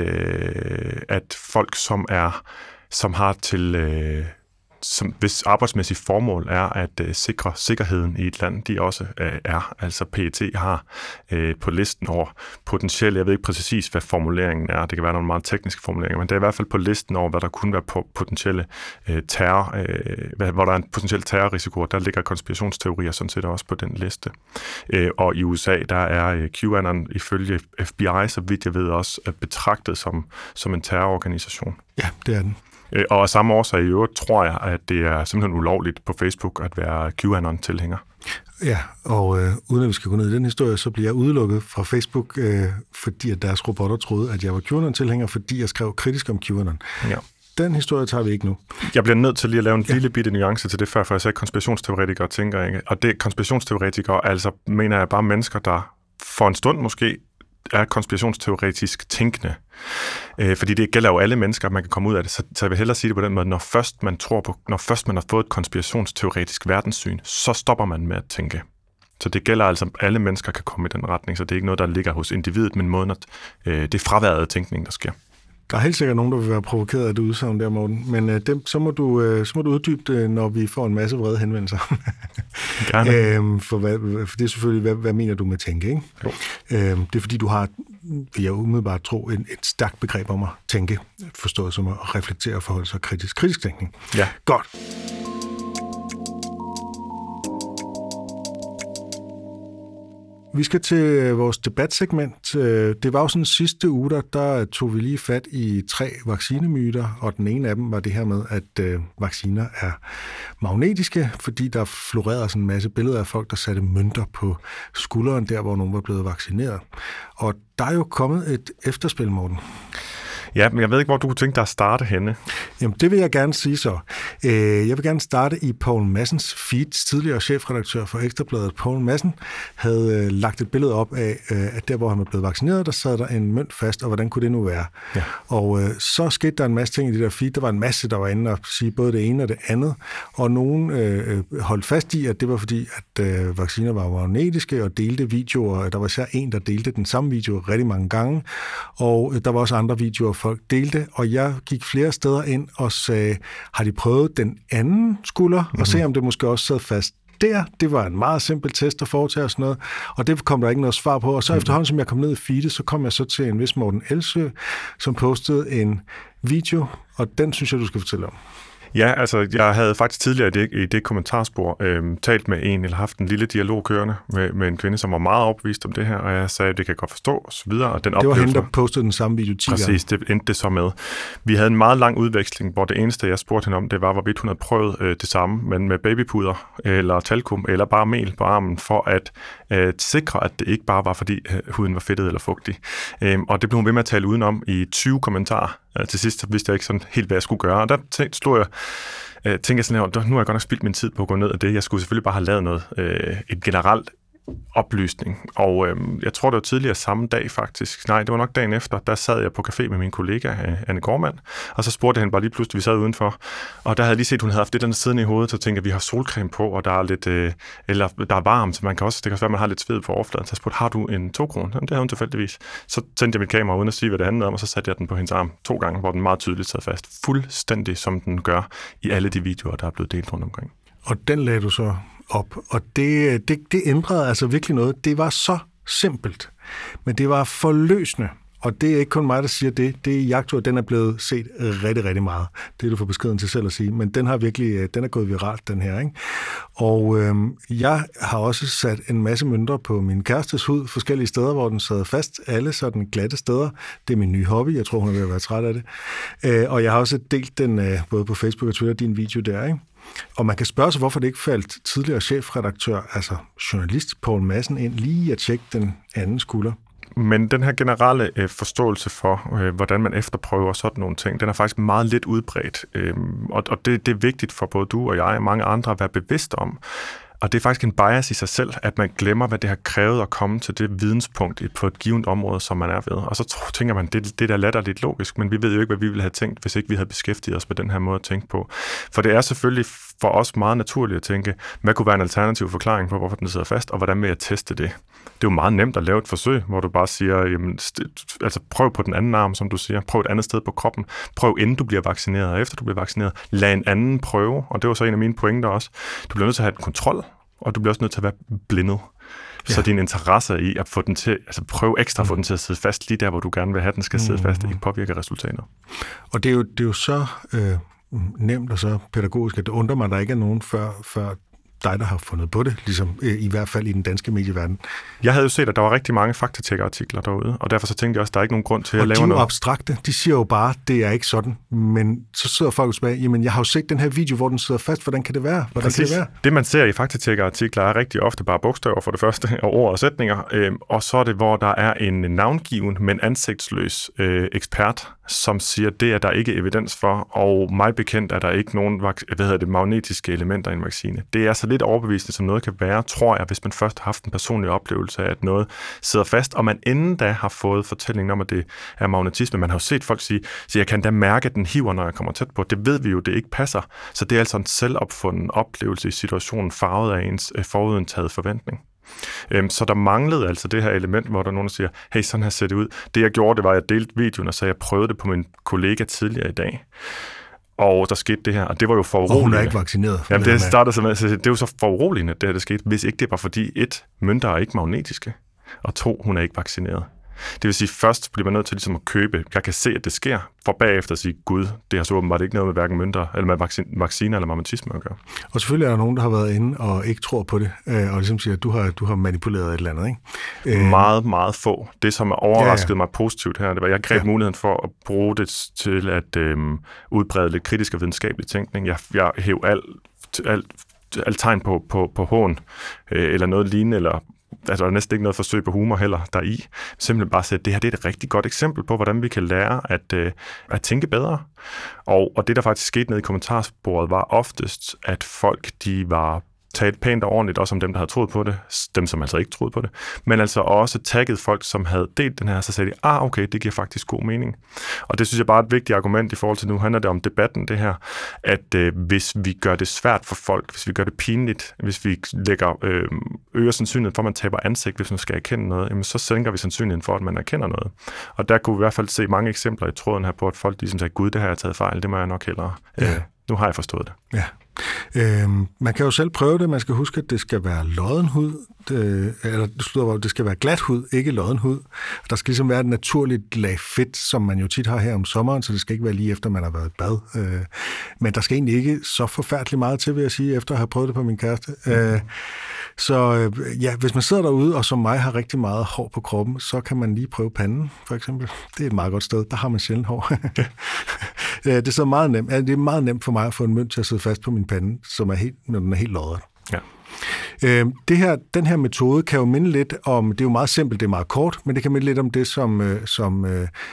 at folk, som har til... hvis arbejdsmæssigt formål er at sikre sikkerheden i et land, de også er. Altså PET har på listen over potentielle, jeg ved ikke præcis, hvad formuleringen er, det kan være nogle meget tekniske formuleringer, men det er i hvert fald på listen over, hvad der kunne være potentielle terror, hvor der er en potentiel terrorrisiko, der ligger konspirationsteorier sådan set også på den liste. Og i USA, der er QAnon ifølge FBI, så vidt jeg ved, også betragtet som en terrororganisation. Ja, det er den. Og af samme årsag i øvrigt tror jeg, at det er simpelthen ulovligt på Facebook at være QAnon-tilhænger. Ja, og uden at vi skal gå ned i den historie, så bliver jeg udelukket fra Facebook, fordi at deres robotter troede, at jeg var QAnon-tilhænger, fordi jeg skrev kritisk om QAnon. Ja. Den historie tager vi ikke nu. Jeg bliver nødt til lige at lave en lille bitte nuance til det før, for jeg sagde konspirationsteoretikere tænker ikke. Og det konspirationsteoretikere, altså mener jeg bare mennesker, der for en stund måske er konspirationsteoretisk tænkende. Fordi det gælder jo alle mennesker, at man kan komme ud af det. Så jeg vil hellere sige det på den måde, når først man har fået et konspirationsteoretisk verdenssyn, så stopper man med at tænke. Så det gælder altså, at alle mennesker kan komme i den retning, så det er ikke noget, der ligger hos individet, men måden, at det er fraværet af tænkning, der sker. Der er helt sikkert nogen, der vil være provokeret af det udsagn der, Morten. Men så må du uddybe det, når vi får en masse vrede henvendelser. For det er selvfølgelig, hvad mener du med tænke, ikke? Det er fordi, du har, vil jeg umiddelbart tro, et stærkt begreb om at tænke, forstået som at reflektere og forholde sig kritisk. Kritisk tænkning. Ja. Godt. Vi skal til vores debatsegment. Det var jo sådan sidste uge, der tog vi lige fat i 3 vaccinemyter, og den ene af dem var det her med, at vacciner er magnetiske, fordi der florerede sådan en masse billeder af folk, der satte mønter på skulderen der, hvor nogen var blevet vaccineret. Og der er jo kommet et efterspil, Morten. Ja, men jeg ved ikke, hvor du kunne tænke dig at starte henne. Jamen, det vil jeg gerne sige så. Jeg vil gerne starte i Poul Madsens feed. Tidligere chefredaktør for Ekstra Bladet, Poul Madsen, havde lagt et billede op af, at der, hvor han var blevet vaccineret, der sad der en mønt fast, og hvordan kunne det nu være? Ja. Og så skete der en masse ting i det der feed. Der var en masse, der var inde og sige både det ene og det andet, og nogen holdt fast i, at det var fordi, at vacciner var magnetiske og delte videoer. Der var især en, der delte den samme video rigtig mange gange, og der var også andre videoer, folk delte, og jeg gik flere steder ind og sagde, har de prøvet den anden skulder, og se om det måske også sad fast der. Det var en meget simpel test at foretage og sådan noget, og det kom der ikke noget svar på, og så efterhånden, som jeg kom ned i feedet, så kom jeg så til en vis Morten Elsø, som postede en video, og den synes jeg, du skal fortælle om. Ja, altså jeg havde faktisk tidligere i det kommentarspor talt med en, eller haft en lille dialog kørende med en kvinde, som var meget overbevist om det her, og jeg sagde, at det kan jeg godt forstå, og så videre. Og den det var hende, der postede den samme video 10 gange. Præcis, det endte det så med. Vi havde en meget lang udveksling, hvor det eneste, jeg spurgte hende om, det var, hvorvidt hun havde prøvet det samme, men med babypuder, eller talkum, eller bare mel på armen, for at sikre, at det ikke bare var, fordi huden var fedtet eller fugtig. Og det blev hun ved med at tale udenom i 20 kommentarer. Til sidst vidste jeg ikke sådan helt, hvad jeg skulle gøre, og der tænkte jeg sådan her, nu har jeg godt nok spildt min tid på at gå ned af det. Jeg skulle selvfølgelig bare have lavet noget, et generelt oplysning. Og jeg tror, det var tidligere samme dag faktisk. Nej, det var nok dagen efter. Der sad jeg på café med min kollega, Anne Gårdmand, og så spurgte han bare lige pludselig, vi sad udenfor, og der havde jeg lige set, hun havde haft det der siddende i hovedet, så tænkte jeg, vi har solcreme på, og der er lidt, eller der er varmt, så det kan også være, man har lidt sved på overfladen. Så jeg spurgte, har du en 2-krone? Det havde hun tilfældigvis. Så tændte jeg mit kamera uden at sige, hvad det handlede om, og så satte jeg den på hendes arm 2 gange, hvor den meget tydeligt sad fast. Fuldstændig som den gør i alle de videoer, der er blevet delt rundt omkring. Og den lagde du så op, og det ændrede altså virkelig noget. Det var så simpelt, men det var forløsende. Og det er ikke kun mig, der siger det. Det er jagttur, den er blevet set rigtig, rigtig meget. Det er du for beskeden til selv at sige. Men den er gået viralt, den her, ikke? Og jeg har også sat en masse mønter på min kærestes hud, forskellige steder, hvor den sad fast. Alle sådan glatte steder. Det er min nye hobby. Jeg tror, hun er ved at være træt af det. Og jeg har også delt den både på Facebook og Twitter, din video der, ikke? Og man kan spørge sig, hvorfor det ikke faldt tidligere chefredaktør, altså journalist Poul Madsen, ind lige at tjekke den anden skulder. Men den her generelle forståelse for, hvordan man efterprøver sådan nogle ting, den er faktisk meget lidt udbredt. Og det er vigtigt for både du og jeg og mange andre at være bevidst om. Og det er faktisk en bias i sig selv, at man glemmer, hvad det har krævet at komme til det videnspunkt på et givet område, som man er ved. Og så tænker man, det er latterligt logisk, men vi ved jo ikke, hvad vi ville have tænkt, hvis ikke vi havde beskæftiget os med den her måde at tænke på. For det er selvfølgelig for os meget naturligt at tænke, hvad kunne være en alternativ forklaring på, hvorfor den sidder fast, og hvordan vil jeg teste det? Det er jo meget nemt at lave et forsøg, hvor du bare siger, jamen, altså prøv på den anden arm, som du siger. Prøv et andet sted på kroppen. Prøv inden du bliver vaccineret, og efter du bliver vaccineret. Lad en anden prøve, og det var så en af mine pointer også. Du bliver nødt til at have kontrol, og du bliver også nødt til at være blindet. Ja. Så din interesse i at få den til, altså prøve ekstra at få den til at sidde fast lige der, hvor du gerne vil have den skal sidde fast, ikke påvirker resultater. Og det er jo så nemt og så pædagogisk, at det undrer mig, at der ikke er nogen før dig, der har fundet på det, ligesom i hvert fald i den danske medieverden. Jeg havde jo set, at der var rigtig mange faktatjekkerartikler derude, og derfor så tænkte jeg også, at der er ikke nogen grund til at lave noget. Og de er jo abstrakte. De siger jo bare, det er ikke sådan. Men så sidder folk tilbage, jamen jeg har jo set den her video, hvor den sidder fast. Hvordan kan det være? Det, man ser i faktatjekkerartikler, er rigtig ofte bare bogstaver for det første, og ord og sætninger. Og så er det, hvor der er en navngiven, men ansigtsløs ekspert, som siger, det er der ikke evidens for, og mig bekendt er der ikke nogen magnetiske elementer i en vaccine. Det er så lidt overbevisende, som noget kan være, tror jeg, hvis man først har haft en personlig oplevelse af, at noget sidder fast, og man inden da har fået fortællingen om, at det er magnetisme. Man har jo set folk sige, så jeg kan da mærke, at den hiver, når jeg kommer tæt på. Det ved vi jo, det ikke passer. Så det er altså en selvopfunden oplevelse i situationen, farvet af ens forudindtaget forventning. Så der manglede altså det her element, hvor der er nogen, der siger, hey, sådan her ser det ud. Det jeg gjorde, det var, at jeg delte videoen og sagde, at jeg prøvede det på min kollega tidligere i dag. Og der skete det her, og det var jo foruroligende. Og hun er ikke vaccineret. Jamen, det startede simpelthen, det er jo så foruroligende, det her, der skete, hvis ikke det var fordi, 1, mønter er ikke magnetiske, og 2, hun er ikke vaccineret. Det vil sige, først bliver man nødt til ligesom at købe, jeg kan se, at det sker, for bagefter at sige, gud, det har så åbenbart ikke noget med hverken mønter, eller med vacciner eller magnetisme at gøre. Og selvfølgelig er der nogen, der har været inde og ikke tror på det, og ligesom siger, at du har manipuleret et eller andet, ikke? Meget, meget få. Det, som har overrasket mig positivt her, det var, at jeg greb muligheden for at bruge det til at udbrede lidt kritisk og videnskabelig tænkning. Jeg hæv alt tegn på hån, eller noget lignende, eller altså, der er næsten ikke noget forsøg på humor heller deri. Simpelthen bare sige, at det her det er et rigtig godt eksempel på, hvordan vi kan lære at tænke bedre. Og det, der faktisk skete nede i kommentarsporet, var oftest, at folk, de var talt pænt og ordentligt, også om dem, der havde troet på det, dem, som altså ikke troede på det, men altså også tagget folk, som havde delt den her, så sagde de, okay, det giver faktisk god mening. Og det synes jeg bare er et vigtigt argument i forhold til, nu handler det om debatten, det her, at hvis vi gør det svært for folk, hvis vi gør det pinligt, hvis vi øger sandsynligheden for, at man taber ansigt, hvis man skal erkende noget, jamen, så sænker vi sandsynligheden for, at man erkender noget. Og der kunne vi i hvert fald se mange eksempler i tråden her på, at folk ligesom sagde, gud, det har jeg taget fejl, det må jeg nok hellere. Nu har jeg forstået det. Ja. Man kan jo selv prøve det. Man skal huske, at det skal være lodden hud, det skal være glat hud, ikke lodden hud. Der skal ligesom være et naturligt lag fedt, som man jo tit har her om sommeren, så det skal ikke være lige efter, man har været i bad. Men der skal egentlig ikke så forfærdeligt meget til, vil jeg sige, efter at have prøvet det på min kæreste. Så hvis man sidder derude, og som mig har rigtig meget hår på kroppen, så kan man lige prøve panden, for eksempel. Det er et meget godt sted. Der har man sjældent hår. Det er så meget nemt. Det er meget nemt for mig at få en mønt til at sidde fast på min pande, når den er helt lodret. Ja. Den her metode kan jo minde lidt om, det er jo meget simpelt, det er meget kort, men det kan minde lidt om det, som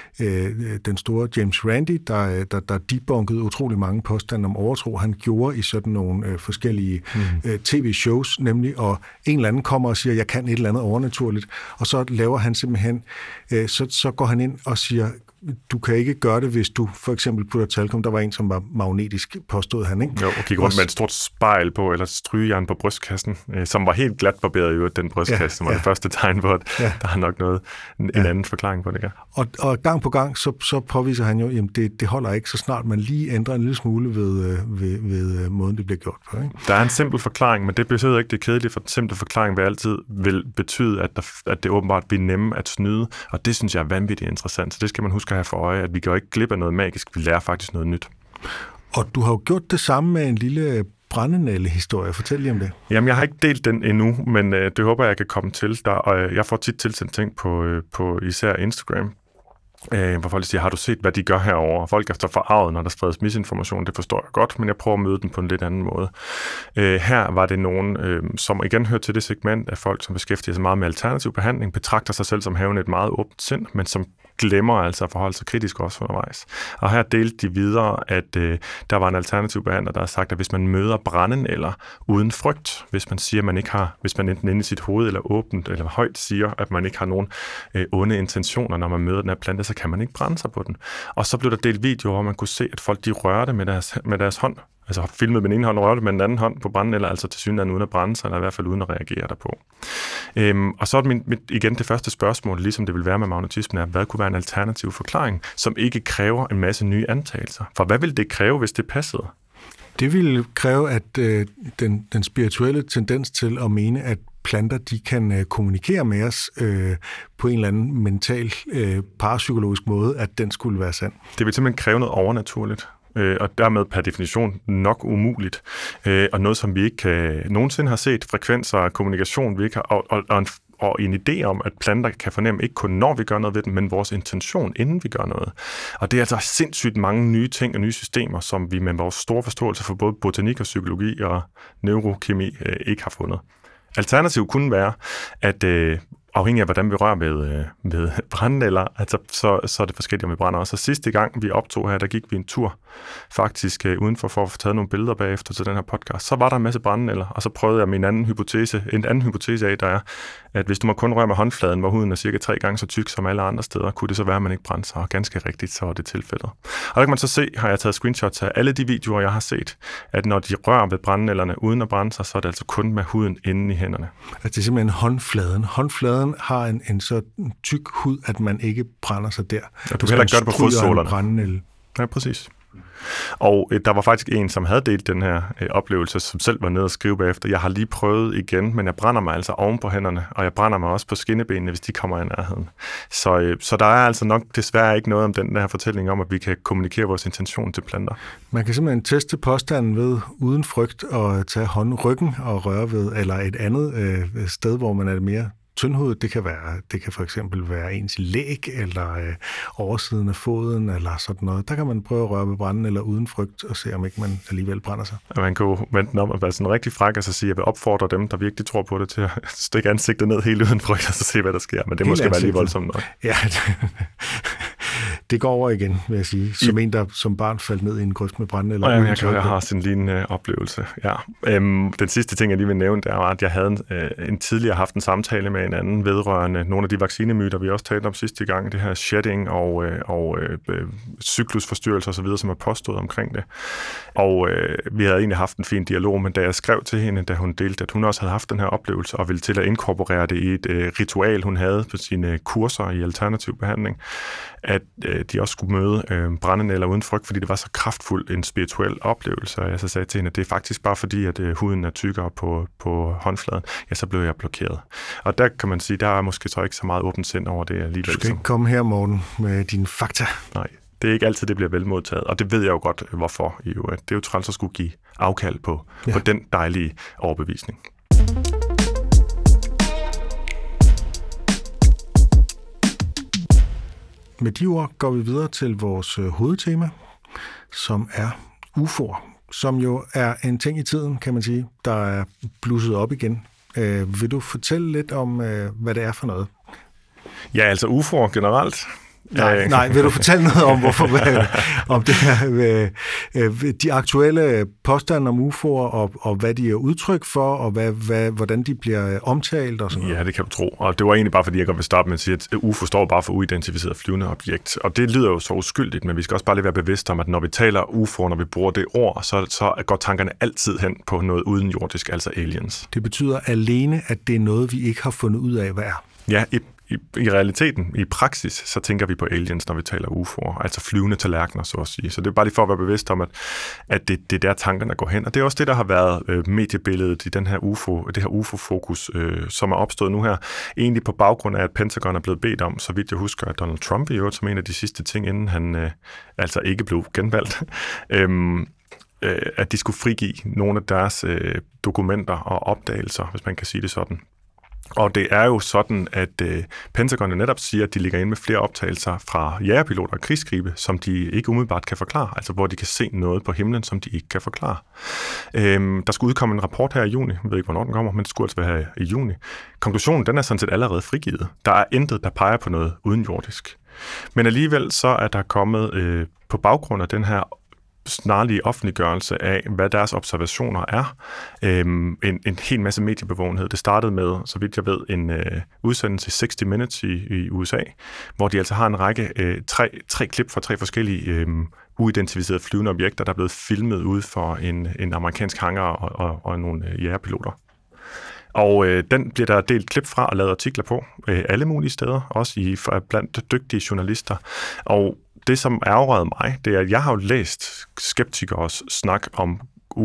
den store James Randi, der debunkede utrolig mange påstande om overtro, han gjorde i sådan nogle forskellige tv-shows, nemlig, og en eller anden kommer og siger, jeg kan et eller andet overnaturligt, og så laver han simpelthen, så går han ind og siger, du kan ikke gøre det, hvis du for eksempel putter talkum. Der var en, som var magnetisk, påstod han, ikke? Jo, og gik rundt med et stort spejl på, eller strygejern på brystkassen, som var helt glat barberet i den brystkasse, som var det første tegn på, at der er nok en anden forklaring på det her. Og gang på gang, så påviser han jo, at det holder ikke, så snart man lige ændrer en lille smule ved måden, det bliver gjort på, ikke? Der er en simpel forklaring, men det betyder ikke, det er kedeligt, for den simple forklaring vil altid betyde, at det åbenbart bliver nemme at snyde, og det synes jeg er vanvittigt interessant, så det skal man huske at have for øje, at vi går ikke glip af noget magisk, vi lærer faktisk noget nyt. Og du har jo gjort det samme med en lille brændenælde-historie. Fortæl lige om det. Jamen, jeg har ikke delt den endnu, men det håber jeg kan komme til. Jeg får tit tilsendt ting på især Instagram, hvor folk siger, har du set, hvad de gør herovre? Folk er så forarvet, når der spredes misinformation, det forstår jeg godt, men jeg prøver at møde den på en lidt anden måde. Her var det nogen, som igen hører til det segment af folk, som beskæftiger sig meget med alternativ behandling, betragter sig selv som havende et meget åbent sind, men som glemmer altså at forholde sig kritisk også undervejs. Og her delte de videre, at der var en alternativ behandler, der har sagt, at hvis man møder brændenælder uden frygt, hvis man siger, at man ikke har, hvis man enten inde i sit hoved eller åbent eller højt siger, at man ikke har nogen onde intentioner, når man møder den her plante, så kan man ikke brænde sig på den. Og så blev der delt videoer, hvor man kunne se, at folk de rørte med deres hånd. Altså filmet med den ene hånd og rørte med den anden hånd på brændenælder, altså til synligheden uden at brænde sig, eller i hvert fald uden at reagere derpå. Og så er igen det første spørgsmål, ligesom det vil være med magnetismen, er, hvad kunne være en alternativ forklaring, som ikke kræver en masse nye antagelser? For hvad ville det kræve, hvis det passede? Det ville kræve, at den spirituelle tendens til at mene, at planter, de kan kommunikere med os på en eller anden mental, parapsykologisk måde, at den skulle være sand. Det vil simpelthen kræve noget overnaturligt. Og dermed per definition nok umuligt. Og noget, som vi ikke nogensinde har set, frekvenser af kommunikation, vi ikke har, og en idé om, at planter kan fornemme ikke kun når vi gør noget ved dem, men vores intention, inden vi gør noget. Og det er altså sindssygt mange nye ting og nye systemer, som vi med vores store forståelse for både botanik og psykologi og neurokemi ikke har fundet. Alternativ kunne være, at afhængig af, hvordan vi rører med brændenælder, altså, så er det forskelligt, om vi brænder også. Og sidste gang, vi optog her, der gik vi en tur faktisk udenfor for at få taget nogle billeder bagefter til den her podcast. Så var der en masse brændenælder, og så prøvede jeg en anden hypotese af, der er, at hvis du må kun røre med håndfladen, hvor huden er cirka 3 gange så tyk som alle andre steder, kunne det så være, at man ikke brændte sig. Og ganske rigtigt, så var det tilfældet. Og der kan man så se, har jeg taget screenshots af alle de videoer, jeg har set, at når de rører ved brændenælderne uden at brænde sig, så er det altså kun med huden inde i hænderne. Altså det er simpelthen håndfladen. Håndfladen har en så tyk hud, at man ikke brænder sig der. Og du kan heller ikke gøre det på fodsålerne. Ja, præcis. Og der var faktisk en, som havde delt den her oplevelse, som selv var nede og skrive bagefter. Jeg har lige prøvet igen, men jeg brænder mig altså oven på hænderne, og jeg brænder mig også på skinnebenene, hvis de kommer i nærheden. Så der er altså nok desværre ikke noget om den her fortælling om, at vi kan kommunikere vores intention til planter. Man kan simpelthen teste påstanden ved uden frygt at tage håndryggen og røre ved, eller et andet sted, hvor man er mere tyndhudet. Det kan for eksempel være ens læg, eller oversiden af foden, eller sådan noget. Der kan man prøve at røre ved branden, eller uden frygt, og se, om ikke man alligevel brænder sig. Og man kan jo vente den om at være sådan rigtig fræk, og så sige, at jeg vil opfordre dem, der virkelig tror på det, til at stikke ansigtet ned helt uden frygt, og så se, hvad der sker. Men det måske være lige voldsomt nok. Ja, det går over igen, vil jeg sige. Som en, der som barn faldt ned i en grøft med brænde. Eller jeg har sådan en lignende oplevelse. Ja. Den sidste ting, jeg lige vil nævne, det er, at jeg havde tidligere haft en samtale med en anden vedrørende nogle af de vaccinemyter, vi også talte om sidste gang, det her shedding og cyklusforstyrrelser osv., som er påstået omkring det. Og vi havde egentlig haft en fin dialog, men da jeg skrev til hende, da hun delte, at hun også havde haft den her oplevelse og ville til at inkorporere det i et ritual, hun havde på sine kurser i alternativ behandling, at de også skulle møde brændenælder uden frygt, fordi det var så kraftfuld en spirituel oplevelse. Og jeg så sagde til hende, at det er faktisk bare fordi, at huden er tykkere på håndfladen. Ja, så blev jeg blokeret. Og der kan man sige, der er måske så ikke så meget åbent sind over det alligevel. Du skal ikke komme her, Morten, med dine fakta. Nej, det er ikke altid, det bliver velmodtaget. Og det ved jeg jo godt, hvorfor. Det er jo træls at skulle give afkald på den dejlige overbevisning. Med de ord går vi videre til vores hovedtema, som er UFO'er, som jo er en ting i tiden, kan man sige, der er blusset op igen. Vil du fortælle lidt om, hvad det er for noget? Ja, altså UFO'er generelt. Nej, vil du fortælle noget om, om det her, de aktuelle påstande om UFO'er, og hvad de er udtryk for, og hvordan de bliver omtalt og sådan noget? Ja, det kan du tro. Og det var egentlig bare, fordi jeg godt vil starte med at sige, at UFO står bare for uidentificeret flyvende objekt. Og det lyder jo så uskyldigt, men vi skal også bare lige være bevidste om, at når vi taler UFO'er, når vi bruger det ord, så går tankerne altid hen på noget udenjordisk, altså aliens. Det betyder alene, at det er noget, vi ikke har fundet ud af, hvad er. Ja, i realiteten, i praksis, så tænker vi på aliens, når vi taler UFO'er, altså flyvende tallerkener, så at sige. Så det er bare lige for at være bevidst om, at det er der tankerne går hen. Og det er også det, der har været mediebilledet i det her UFO-fokus, som er opstået nu her. Egentlig på baggrund af, at Pentagon er blevet bedt om, så vidt jeg husker, at Donald Trump i øvrigt som en af de sidste ting, inden han altså ikke blev genvalgt, at de skulle frigive nogle af deres dokumenter og opdagelser, hvis man kan sige det sådan. Og det er jo sådan, at Pentagon netop siger, at de ligger inde med flere optagelser fra jagerpiloter og krigsskibe, som de ikke umiddelbart kan forklare, altså hvor de kan se noget på himlen, som de ikke kan forklare. Der skulle udkomme en rapport her i juni, jeg ved ikke, hvornår den kommer, men det skulle altså være her i juni. Konklusionen, den er sådan set allerede frigivet. Der er intet, der peger på noget udenjordisk. Men alligevel så er der kommet på baggrund af den her snarlige offentliggørelse af, hvad deres observationer er. En hel masse mediebevågenhed. Det startede med, så vidt jeg ved, en udsendelse i 60 Minutes i USA, hvor de altså har en række, tre klip fra 3 forskellige uidentificerede flyvende objekter, der er blevet filmet ude for en amerikansk hangar og nogle jagerpiloter. Og den bliver der delt klip fra og lavet artikler på alle mulige steder, også blandt dygtige journalister. Og det, som ærgerede mig, det er, at jeg har jo læst skeptikeres snak om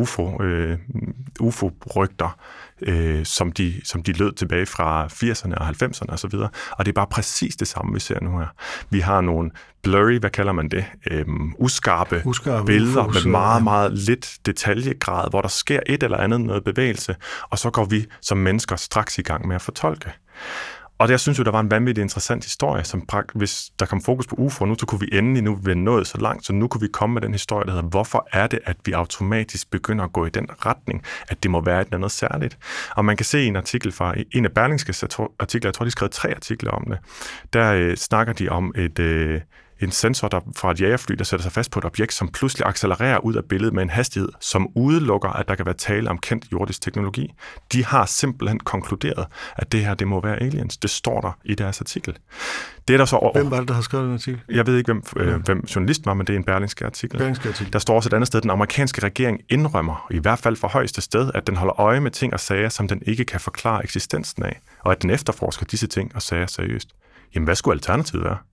UFO-rygter, som de lød tilbage fra 80'erne og 90'erne og så videre. Og det er bare præcis det samme, vi ser nu her. Vi har nogle blurry, hvad kalder man det? Uskarpe billeder med meget, meget lidt detaljegrad, hvor der sker et eller andet noget bevægelse, og så går vi som mennesker straks i gang med at fortolke. Og jeg synes jo, der var en vanvittig interessant historie, som hvis der kom fokus på UFO, nu så kunne vi endelig, nu vi nået så langt, så nu kunne vi komme med den historie, der hedder, hvorfor er det, at vi automatisk begynder at gå i den retning, at det må være et eller andet særligt. Og man kan se en artikel fra en af Berlingskes artikler, jeg tror, de skrev 3 artikler om det, der snakker de om en sensor fra et jagerfly, der sætter sig fast på et objekt, som pludselig accelererer ud af billedet med en hastighed, som udelukker, at der kan være tale om kendt jordisk teknologi. De har simpelthen konkluderet, at det her, det må være aliens. Det står der i deres artikel. Det er der så Hvem var det, der har skrevet den artikel? Jeg ved ikke, hvem journalisten var, men det er en Berlingske artikel. Der står også et andet sted, den amerikanske regering indrømmer, i hvert fald fra højeste sted, at den holder øje med ting og sager, som den ikke kan forklare eksistensen af, og at den efterforsker disse ting og sager seriøst. Jamen, hvad skulle alternativet være?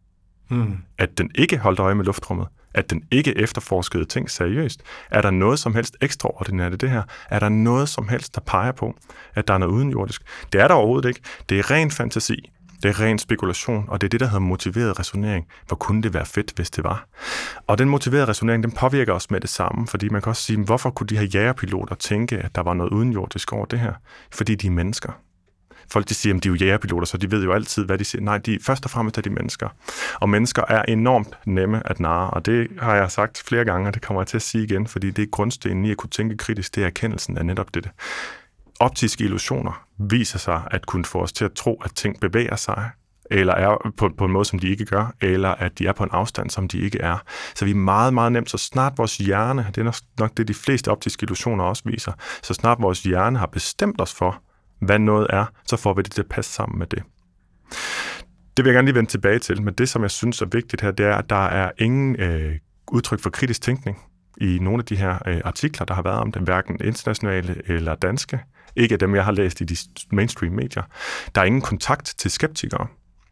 At den ikke holdt øje med luftrummet, at den ikke efterforskede ting seriøst. Er der noget som helst ekstraordinært i det her? Er der noget som helst, der peger på, at der er noget udenjordisk? Det er der overhovedet ikke. Det er ren fantasi. Det er ren spekulation, og det er det, der hedder motiveret resonering. Hvor kunne det være fedt, hvis det var? Og den motiverede resonering, den påvirker os med det samme, fordi man kan også sige, hvorfor kunne de her jagerpiloter tænke, at der var noget udenjordisk over det her? Fordi de er mennesker. Folk de siger, at de er jo jægerpiloter, så de ved jo altid, hvad de siger. Nej, først og fremmest er de mennesker. Og mennesker er enormt nemme at narre, og det har jeg sagt flere gange, og det kommer jeg til at sige igen, fordi det er grundstenen i at kunne tænke kritisk, det er erkendelsen af netop dette. Optiske illusioner viser sig at kunne få os til at tro, at ting bevæger sig, eller er på en måde, som de ikke gør, eller at de er på en afstand, som de ikke er. Så vi er meget, meget nemt, så snart vores hjerne, det er nok det, de fleste optiske illusioner også viser, så snart vores hjerne har bestemt os for, hvad noget er, så får vi det til at passe sammen med det. Det vil jeg gerne lige vende tilbage til, men det, som jeg synes er vigtigt her, det er, at der er ingen udtryk for kritisk tænkning i nogle af de her artikler, der har været om det, hverken internationale eller danske. Ikke af dem, jeg har læst i de mainstream medier. Der er ingen kontakt til skeptikere.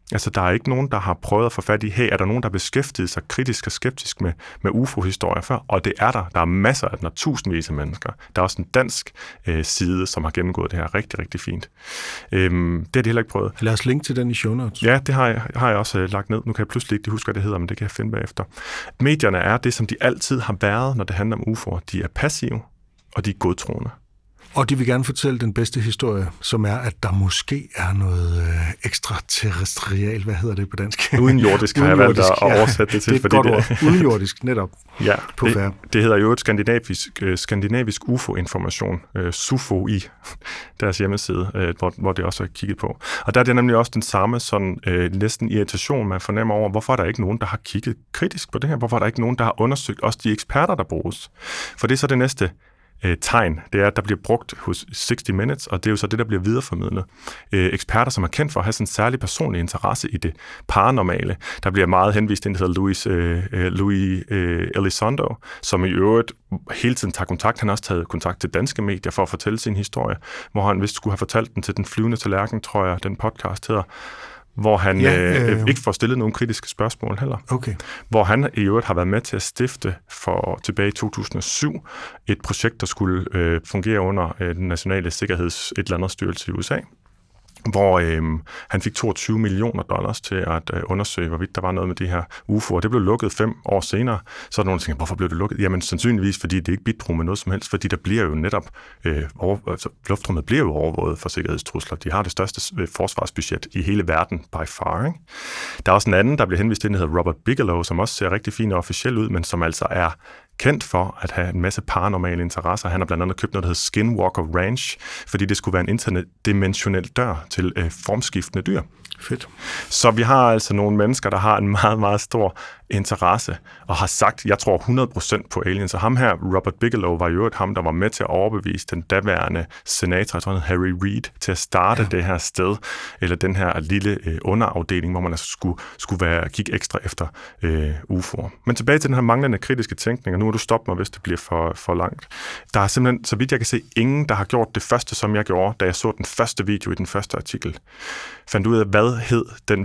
Altså, der er ikke nogen, der har prøvet at få fat i, hey, er der nogen, der har beskæftiget sig kritisk og skeptisk med UFO-historier før? Og det er der. Der er masser af den, og tusindvis af mennesker. Der er også en dansk side, som har gennemgået det her rigtig, rigtig fint. Det har de heller ikke prøvet. Lad os linke til den i show notes. Ja, det har jeg også lagt ned. Nu kan jeg pludselig ikke huske, hvad det hedder, men det kan jeg finde bagefter. Medierne er det, som de altid har været, når det handler om UFO'er. De er passive, og de er godtroende. Og de vil gerne fortælle den bedste historie, som er, at der måske er noget ekstraterrestrialt, hvad hedder det på dansk? Udenjordisk har jeg valgt at oversætte det til. Det er et godt ord. Udenjordisk, netop. Ja, på det hedder jo et skandinavisk UFO-information, SUFO i deres hjemmeside, hvor det også er kigget på. Og der er det nemlig også den samme sådan, næsten irritation, man fornemmer over, hvorfor er der ikke nogen, der har kigget kritisk på det her? Hvorfor er der ikke nogen, der har undersøgt også de eksperter, der bruges? For det er så det næste tegn, det er, at der bliver brugt hos 60 Minutes, og det er jo så det, der bliver videreformidlet. Eksperter, som er kendt for at have sådan en særlig personlig interesse i det paranormale. Der bliver meget henvist til, der hedder Louis Elizondo, som i øvrigt hele tiden tager kontakt. Han har også taget kontakt til danske medier for at fortælle sin historie, hvor han vist skulle have fortalt den til Den Flyvende Tallerken, tror jeg, den podcast hedder, hvor han ikke får stillet nogle kritiske spørgsmål heller. Okay. Hvor han i øvrigt har været med til at stifte tilbage i 2007 et projekt, der skulle fungere under den nationale sikkerheds et eller andet styrelse i USA, hvor han fik $22 million til at undersøge, hvorvidt der var noget med de her UFO'er. Det blev lukket 5 år senere. Så er der nogen, der tænker, hvorfor blev det lukket? Jamen sandsynligvis, fordi det ikke bidrog med noget som helst, fordi der bliver jo netop, luftrummet bliver jo overvåget for sikkerhedstrusler. De har det største forsvarsbudget i hele verden, by far. Ikke? Der er også en anden, der bliver henvist til, der hedder Robert Bigelow, som også ser rigtig fin og officiel ud, men som altså er kendt for at have en masse paranormale interesser. Han har blandt andet købt noget, der hedder Skinwalker Ranch, fordi det skulle være en interdimensionel dør til formskiftende dyr. Fedt. Så vi har altså nogle mennesker, der har en meget, meget stor interesse, og har sagt, jeg tror 100% på aliens. Og ham her, Robert Bigelow, var jo ham, der var med til at overbevise den daværende senator, jeg tror, Harry Reid, til at starte det her sted, eller den her lille underafdeling, hvor man altså skulle kigge ekstra efter UFO'er. Men tilbage til den her manglende kritiske tænkning, og nu må du stoppe mig, hvis det bliver for langt. Der er simpelthen, så vidt jeg kan se, ingen, der har gjort det første, som jeg gjorde, da jeg så den første video i den første artikel. Fandt ud af, hvad hed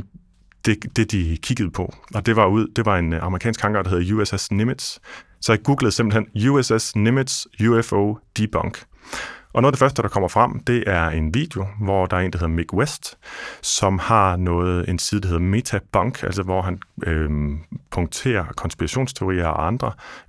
det de kiggede på. Og det var en amerikansk hangar, der hedder USS Nimitz. Så jeg googlede simpelthen USS Nimitz UFO Debunk. Og noget af det første, der kommer frem, det er en video, hvor der er en, der hedder Mick West, som har en side, der hedder Metabunk, altså hvor han punkterer konspirationsteorier og andre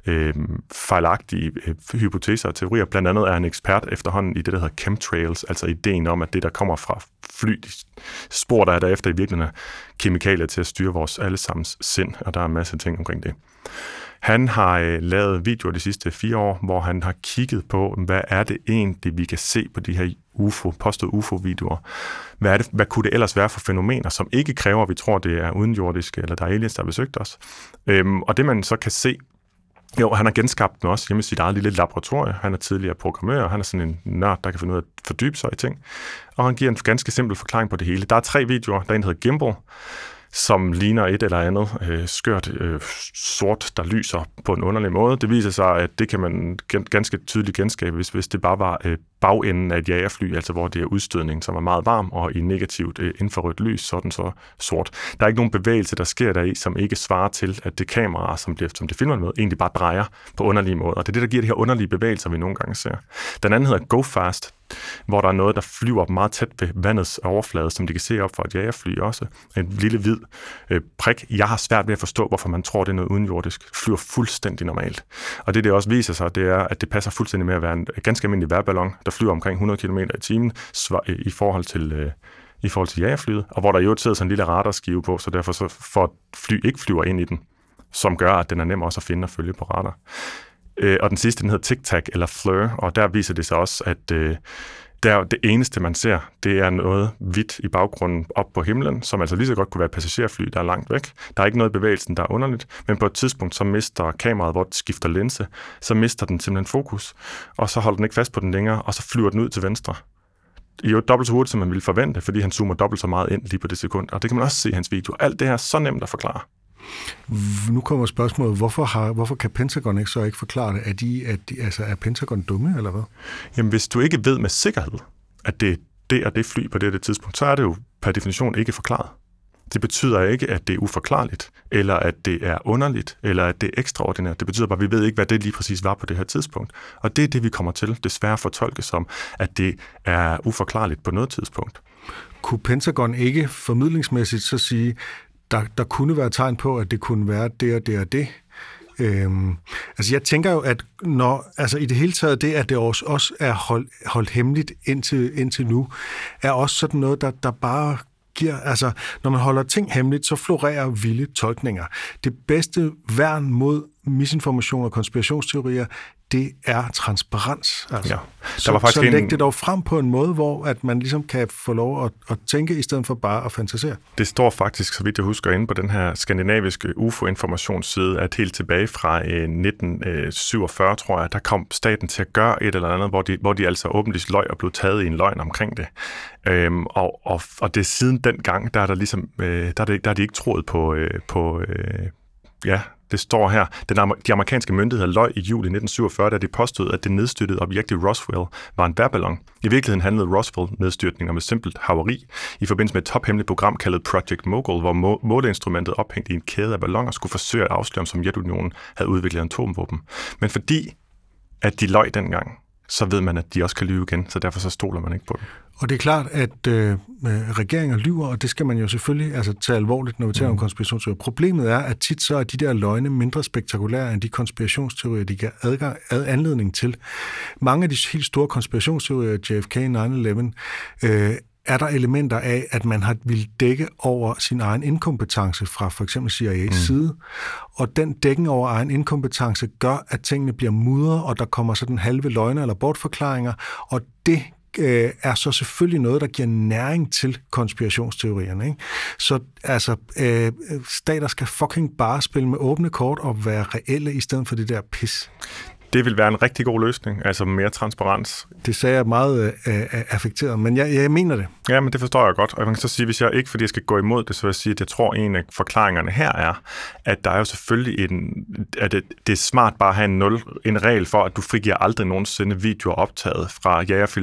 fejlagtige hypoteser og teorier. Blandt andet er han ekspert efterhånden i det, der hedder chemtrails, altså ideen om, at det, der kommer fra fly, spor, der er derefter i virkeligheden kemikalier til at styre vores allesammens sind, og der er en masse ting omkring det. Han har lavet videoer de sidste 4 år, hvor han har kigget på, hvad er det egentlig, vi kan se på de her påståede UFO-videoer. Hvad kunne det ellers være for fænomener, som ikke kræver, at vi tror, det er udenjordiske, eller der er aliens, der har besøgt os. Og det man så kan se, jo, han har genskabt den også hjemme i sit eget lille laboratorie. Han er tidligere programmør, og han er sådan en nørd, der kan finde ud af at fordybe sig i ting. Og han giver en ganske simpel forklaring på det hele. Der er 3 videoer. Der er en, der hedder Gimbal, som ligner et eller andet skørt sort, der lyser på en underlig måde. Det viser sig, at det kan man ganske tydeligt genskabe, hvis det bare var bagenden af et jagerfly, altså hvor det er udstødning, som er meget varm, og i negativt infrarødt lys, så er den så sort. Der er ikke nogen bevægelse, der sker deri, som ikke svarer til, at det kamera, som det filmer med, egentlig bare drejer på underlige måder. Og det er det, der giver de her underlige bevægelser, vi nogle gange ser. Den anden hedder Go Fast, hvor der er noget, der flyver meget tæt ved vandets overflade, som de kan se op for et jagerfly også. En lille hvid prik. Jeg har svært ved at forstå, hvorfor man tror, det er noget udenjordisk. Flyver fuldstændig normalt. Og det også viser sig, det er, at det passer fuldstændig med at være en ganske almindelig vejrballon, der flyver omkring 100 km i timen i forhold til jagerflyet, og hvor der jo sidder sådan en lille radarskive på, så derfor så for fly ikke flyver ind i den, som gør, at den er nem også at finde og følge på radar. Og den sidste, den hedder Tic Tac eller Fleur, og der viser det sig også, at det eneste, man ser, det er noget hvidt i baggrunden op på himlen, som altså lige så godt kunne være et passagerfly, der er langt væk. Der er ikke noget i bevægelsen, der er underligt, men på et tidspunkt, så mister kameraet, hvor det skifter linse, så mister den simpelthen fokus, og så holder den ikke fast på den længere, og så flyver den ud til venstre. I jo dobbelt så hurtigt, som man ville forvente, fordi han zoomer dobbelt så meget ind lige på det sekund, og det kan man også se i hans video. Alt det her er så nemt at forklare. Nu kommer spørgsmålet, hvorfor kan Pentagon ikke så ikke forklare det? Er Pentagon dumme, eller hvad? Jamen, hvis du ikke ved med sikkerhed, at det er det fly på det tidspunkt, så er det jo per definition ikke forklaret. Det betyder ikke, at det er uforklarligt, eller at det er underligt, eller at det er ekstraordinært. Det betyder bare, at vi ved ikke, hvad det lige præcis var på det her tidspunkt. Og det er det, vi kommer til desværre fortolke som, at det er uforklarligt på noget tidspunkt. Kunne Pentagon ikke formidlingsmæssigt så sige, der kunne være tegn på, at det kunne være det og det og det? Altså jeg tænker jo, at i det hele taget det, at det også er holdt hemmeligt indtil nu, er også sådan noget, der bare giver, altså når man holder ting hemmeligt, så florerer vilde tolkninger. Det bedste værn mod misinformation og konspirationsteorier, det er transparens. Altså. Ja. Så læg det dog frem på en måde, hvor at man ligesom kan få lov at tænke, i stedet for bare at fantasere. Det står faktisk, så vidt jeg husker, inde på den her skandinaviske UFO-informationsside, at helt tilbage fra 1947, tror jeg, der kom staten til at gøre et eller andet, hvor de altså åbenlyst løg og blev taget i en løgn omkring det. Og det siden dengang, der er der ligesom, der er de ikke troet på det står her. De amerikanske myndigheder løg i juli 1947, da de påstod, at det nedstyrtede objekt i Roswell var en vejrballon. I virkeligheden handlede Roswell-nedstyrtning om et simpelt haveri i forbindelse med et tophemmeligt program kaldet Project Mogul, hvor måleinstrumentet ophængt i en kæde af balloner skulle forsøge at afsløre, om Sovjetunionen havde udviklet atomvåben. Men fordi at de løg dengang, så ved man, at de også kan lyve igen, så derfor så stoler man ikke på dem. Og det er klart, at regeringer lyver, og det skal man jo selvfølgelig tage alvorligt, når vi taler om konspirationsteorier. Problemet er, at tit så er de der løgne mindre spektakulære end de konspirationsteorier, de giver anledning til. Mange af de helt store konspirationsteorier, JFK, 9/11, er der elementer af, at man har ville dække over sin egen inkompetence fra for eksempel CIA's side. Og den dækken over egen inkompetence gør, at tingene bliver mudret, og der kommer sådan halve løgne eller bortforklaringer, og det er så selvfølgelig noget, der giver næring til konspirationsteorierne. Ikke? Så stater skal fucking bare spille med åbne kort og være reelle i stedet for det der pis. Det vil være en rigtig god løsning, altså mere transparens. Det sagde jeg meget affekteret, men jeg mener det. Ja, men det forstår jeg godt. Og jeg kan så sige, hvis jeg ikke, fordi jeg skal gå imod det, så vil jeg sige, at jeg tror, at en af forklaringerne her er, at der er jo selvfølgelig at det er smart bare at have en regel for, at du frigiver aldrig nogensinde videoer optaget fra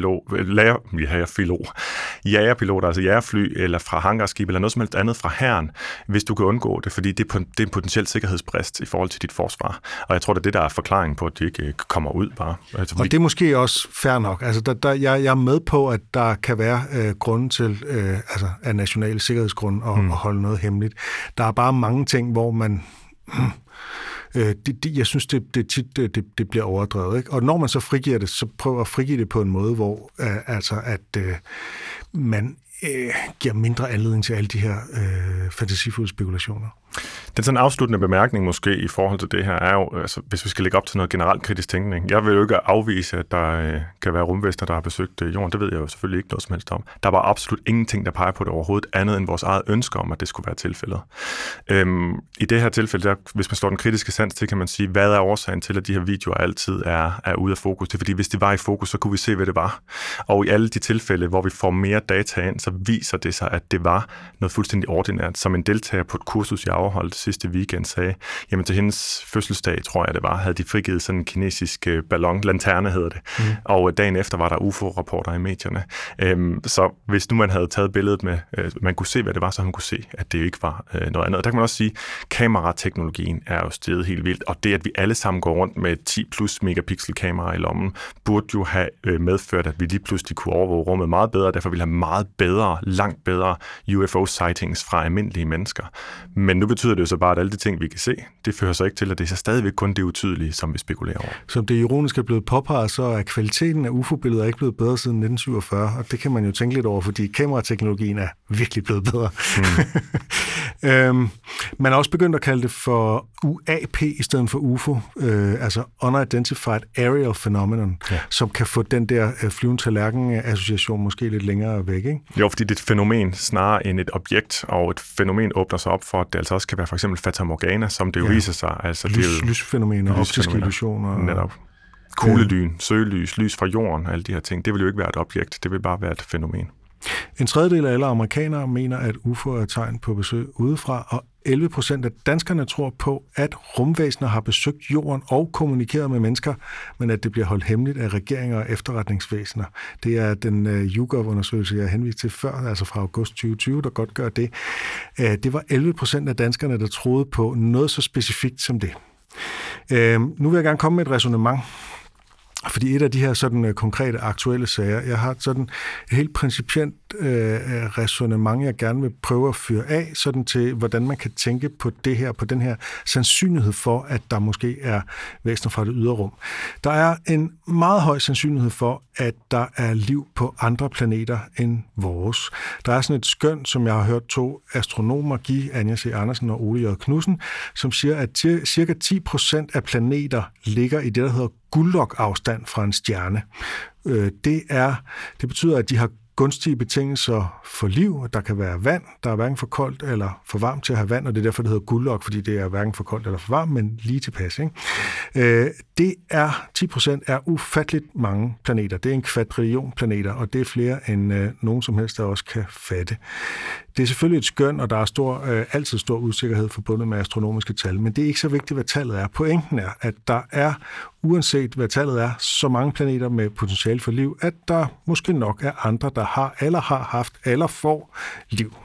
jagerpiloter, altså jagerfly, eller fra hangarskib, eller noget som helst andet fra hæren, hvis du kan undgå det, fordi det er en potentiel sikkerhedsbrist i forhold til dit forsvar. Og jeg tror, det er det, der er forklaringen på, at de ikke kommer ud bare. Altså, og det er måske også fair nok. Altså, jeg er med på, at der kan være grunde til, af nationale sikkerhedsgrunde at holde noget hemmeligt. Der er bare mange ting, hvor man... jeg synes, det tit det bliver overdrevet. Ikke? Og når man så frigiver det, så prøver at frigive det på en måde, hvor man giver mindre anledning til alle de her fantasifulde spekulationer. Den sådan afsluttende bemærkning måske i forhold til det her er jo, altså, hvis vi skal lægge op til noget generelt kritisk tænkning. Jeg vil jo ikke afvise, at der kan være rumvæsener, der har besøgt jorden. Det ved jeg jo selvfølgelig ikke noget som helst om. Der var absolut ingenting, der peger på det overhovedet, andet end vores eget ønske om, at det skulle være tilfældet. I det her tilfælde, der, hvis man slår den kritiske sans til, kan man sige, hvad er årsagen til, at de her videoer altid er ude af fokus? Det er fordi, hvis de var i fokus, så kunne vi se, hvad det var. Og i alle de tilfælde, hvor vi får mere data ind, så viser det sig, at det var noget fuldstændig ordinært. Som en deltager på et kursus, jeg afholdt sidste weekend, sagde, jamen til hendes fødselsdag, tror jeg det var, havde de frigivet sådan en kinesisk ballon, lanterne hedder det, og dagen efter var der UFO-rapporter i medierne. Så hvis nu man havde taget billedet med, man kunne se, hvad det var, så man kunne se, at det ikke var noget andet. Og der kan man også sige, kamerateknologien er jo steget helt vildt, og det, at vi alle sammen går rundt med 10 plus megapixel kamera i lommen, burde jo have medført, at vi lige pludselig kunne overvåge rummet meget bedre, og derfor ville have meget bedre, langt bedre UFO-sightings fra almindelige mennesker. Men nu betyder det jo så bare, at alle de ting, vi kan se, det fører så ikke til, at det er så stadigvæk kun det utydelige, som vi spekulerer over. Som det ironisk er blevet påpeget, så er kvaliteten af UFO-billeder ikke blevet bedre siden 1947, og det kan man jo tænke lidt over, fordi kamerateknologien er virkelig blevet bedre. Man har også begyndt at kalde det for UAP i stedet for UFO, altså Unidentified Aerial Phenomenon, som kan få den der flyvende tallerken-association måske lidt længere væk, ikke? Jo, fordi det er et fænomen snarere end et objekt, og et fænomen åbner sig op for, at det altså også kan være for eksempel Fata Morgana, som det jo viser sig. Altså, lysfænomener, optiske illusioner. Netop. Kuglelyn, søgelys, lys fra jorden, alle de her ting. Det vil jo ikke være et objekt, det vil bare være et fænomen. En tredjedel af alle amerikanere mener, at UFO er tegn på besøg udefra, og 11% af danskerne tror på, at rumvæsener har besøgt jorden og kommunikeret med mennesker, men at det bliver holdt hemmeligt af regeringer og efterretningsvæsener. Det er den YouGov-undersøgelse, jeg henviste til før, altså fra august 2020, der godt gør det. Det var 11% af danskerne, der troede på noget så specifikt som det. Nu vil jeg gerne komme med et ræsonnement. Fordi et af de her sådan konkrete aktuelle sager, jeg har sådan et helt principielt ræsonnement, jeg gerne vil prøve at fyre af, sådan til, hvordan man kan tænke på det her, på den her sandsynlighed for, at der måske er væsener fra det ydre rum. Der er en meget høj sandsynlighed for, at der er liv på andre planeter end vores. Der er sådan et skøn, som jeg har hørt 2 astronomer give, Anja C. Andersen og Ole J. Knudsen, som siger, at cirka 10% af planeter ligger i det, der hedder guldlok-afstand fra en stjerne. Det betyder, at de har gunstige betingelser for liv. Der kan være vand, der er hverken for koldt eller for varmt til at have vand, og det er derfor, det hedder guldlok, fordi det er hverken for koldt eller for varmt, men lige tilpas. Det er 10% er ufatteligt mange planeter. Det er en kvadrillion planeter, og det er flere end nogen som helst, der også kan fatte. Det er selvfølgelig et skøn, og der er altid stor usikkerhed forbundet med astronomiske tal, men det er ikke så vigtigt, hvad tallet er. Pointen er, at der er, uanset hvad tallet er, så mange planeter med potentiale for liv, at der måske nok er andre, der har eller har haft eller får liv.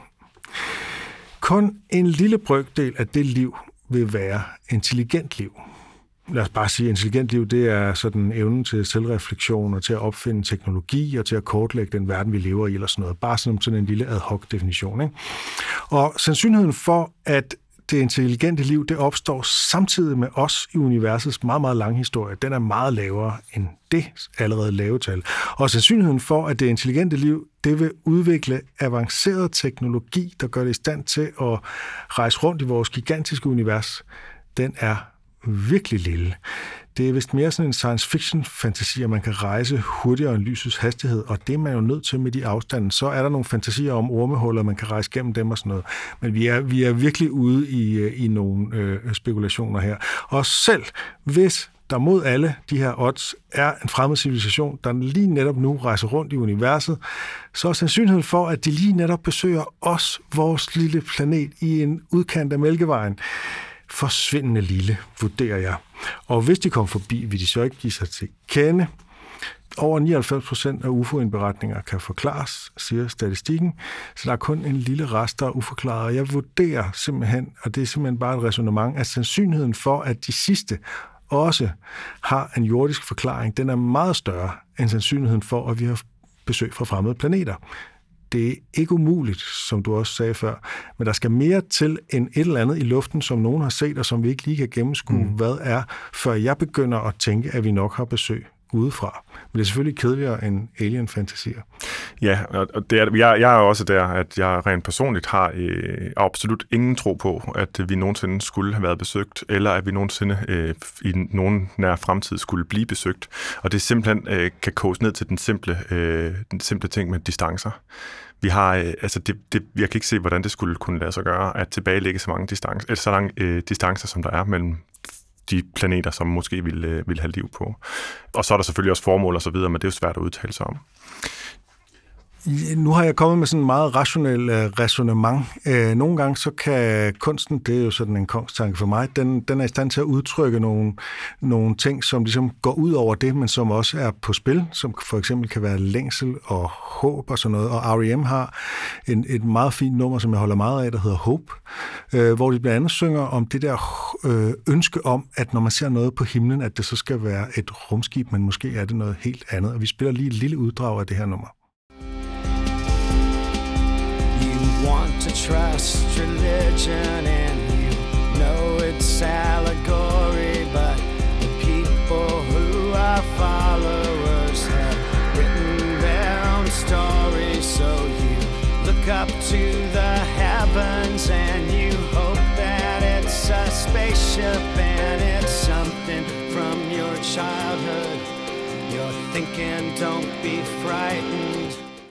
Kun en lille brøkdel af det liv vil være intelligent liv. Lad os bare sige, at intelligent liv, det er sådan evnen til selvreflektion og til at opfinde teknologi og til at kortlægge den verden, vi lever i eller sådan noget. Bare sådan en lille ad hoc definition. Ikke? Og sandsynligheden for, at det intelligente liv, det opstår samtidig med os i universets meget, meget lange historie, den er meget lavere end det allerede lave tal. Og sandsynligheden for, at det intelligente liv, det vil udvikle avanceret teknologi, der gør det i stand til at rejse rundt i vores gigantiske univers, den er virkelig lille. Det er vist mere sådan en science fiction fantasi, at man kan rejse hurtigere end lysets hastighed, og det er man jo nødt til med de afstande. Så er der nogle fantasier om ormehuller, man kan rejse gennem dem og sådan noget. Men vi er virkelig ude i nogle spekulationer her. Og selv hvis der mod alle de her odds er en fremmed civilisation, der lige netop nu rejser rundt i universet, så er sandsynligheden for, at de lige netop besøger os, vores lille planet, i en udkant af Mælkevejen, forsvindende lille, vurderer jeg. Og hvis de kommer forbi, vil de så ikke give sig til kende. Over 99% af UFO-indberetninger kan forklares, siger statistikken, så der er kun en lille rest, der er uforklaret. Jeg vurderer simpelthen, og det er simpelthen bare et ræsonnement, at sandsynligheden for, at de sidste også har en jordisk forklaring, den er meget større end sandsynligheden for, at vi har besøg fra fremmede planeter. Det er ikke umuligt, som du også sagde før, men der skal mere til end et eller andet i luften, som nogen har set, og som vi ikke lige kan gennemskue, hvad er, før jeg begynder at tænke, at vi nok har besøg udefra. Men det er selvfølgelig kedeligere end alien-fantasier. Ja, og det er, jeg er også der, at jeg rent personligt har absolut ingen tro på, at vi nogensinde skulle have været besøgt, eller at vi nogensinde i nogen nær fremtid skulle blive besøgt. Og det simpelthen kan koges ned til den simple ting med distancer. Vi har, jeg kan ikke se, hvordan det skulle kunne lade sig gøre, at tilbagelægge så lange distancer, som der er mellem de planeter, som måske vil have liv på. Og så er der selvfølgelig også formål og så videre, men det er jo svært at udtale sig om. Nu har jeg kommet med sådan en meget rationel ræsonnement. Nogle gange så kan kunsten, det er jo sådan en kongstanke for mig, den er i stand til at udtrykke nogle ting, som ligesom går ud over det, men som også er på spil, som for eksempel kan være længsel og håb og sådan noget. Og R.E.M. har et meget fint nummer, som jeg holder meget af, der hedder Hope, hvor de blandt andet synger om det der ønske om, at når man ser noget på himlen, at det så skal være et rumskib, men måske er det noget helt andet. Og vi spiller lige et lille uddrag af det her nummer. Want to trust religion and you know it's allegory, but the people who are followers have written their own story. So you look up to the heavens and you hope that it's a spaceship and it's something from your childhood. You're thinking, don't be frightened.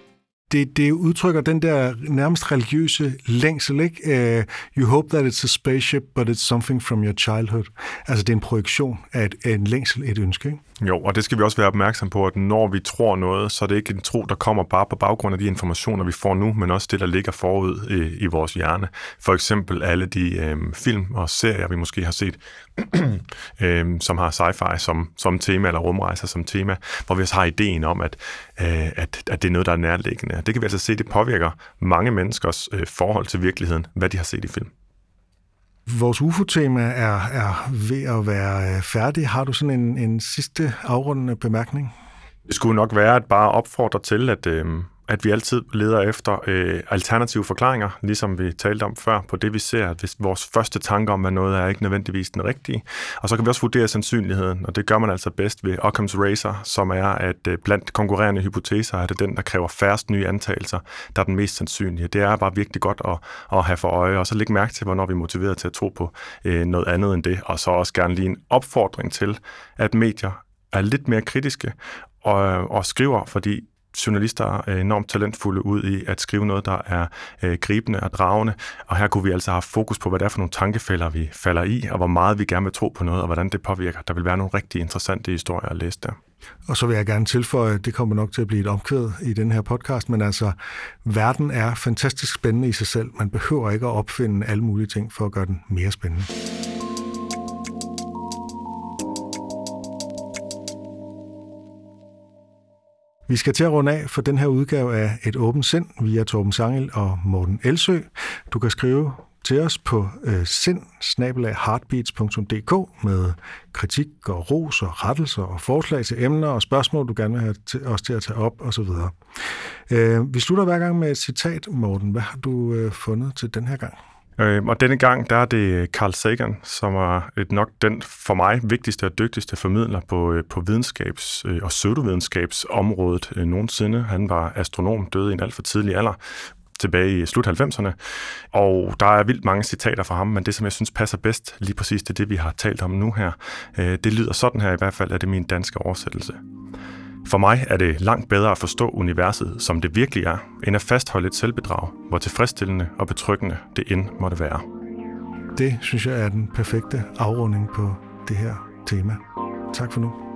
Det udtrykker den der nærmest religiøse længsel, ikke? You hope that it's a spaceship, but it's something from your childhood. Altså, det er en projektion af en længsel, et ønske, ikke? Jo, og det skal vi også være opmærksom på, at når vi tror noget, så er det ikke en tro, der kommer bare på baggrund af de informationer, vi får nu, men også det, der ligger forud i vores hjerne. For eksempel alle de film og serier, vi måske har set, som har sci-fi som tema, eller rumrejser som tema, hvor vi også har ideen om, at det er noget, der er nærliggende. Det kan vi altså se, det påvirker mange menneskers forhold til virkeligheden, hvad de har set i film. Vores UFO-tema er ved at være færdig. Har du sådan en sidste afrundende bemærkning? Det skulle nok være at bare opfordre til, at vi altid leder efter alternative forklaringer, ligesom vi talte om før, på det vi ser, hvis vores første tanke om, hvad noget er, ikke nødvendigvis den rigtige. Og så kan vi også vurdere sandsynligheden, og det gør man altså bedst ved Occam's Razor, som er, at blandt konkurrerende hypoteser er det den, der kræver færrest nye antagelser, der er den mest sandsynlige. Det er bare virkelig godt at have for øje, og så lægge mærke til, hvornår vi er motiveret til at tro på noget andet end det, og så også gerne lige en opfordring til, at medier er lidt mere kritiske og skriver, fordi journalister er enormt talentfulde ud i at skrive noget, der er gribende og dragende, og her kunne vi altså have fokus på, hvad det er for nogle tankefælder, vi falder i, og hvor meget vi gerne vil tro på noget, og hvordan det påvirker. Der vil være nogle rigtig interessante historier at læse der. Og så vil jeg gerne tilføje, at det kommer nok til at blive et omkvæd i den her podcast, men altså, verden er fantastisk spændende i sig selv. Man behøver ikke at opfinde alle mulige ting for at gøre den mere spændende. Vi skal til at runde af for den her udgave af Et åbent sind via Torben Sangel og Morten Elsø. Du kan skrive til os på sind@heartbeats.dk med kritik og ros og rettelser og forslag til emner og spørgsmål, du gerne vil have os til at tage op osv. Vi slutter hver gang med et citat. Morten, hvad har du fundet til den her gang? Og denne gang, der er det Carl Sagan, som er nok den for mig vigtigste og dygtigste formidler på videnskabs- og pseudovidenskabsområdet nogensinde. Han var astronom, døde i en alt for tidlig alder, tilbage i slut 90'erne. Og der er vildt mange citater fra ham, men det, som jeg synes passer bedst, lige præcis det vi har talt om nu her, det lyder sådan her i hvert fald, at det er min danske oversættelse. For mig er det langt bedre at forstå universet, som det virkelig er, end at fastholde et selvbedrag, hvor tilfredsstillende og betryggende det end måtte være. Det synes jeg er den perfekte afrunding på det her tema. Tak for nu.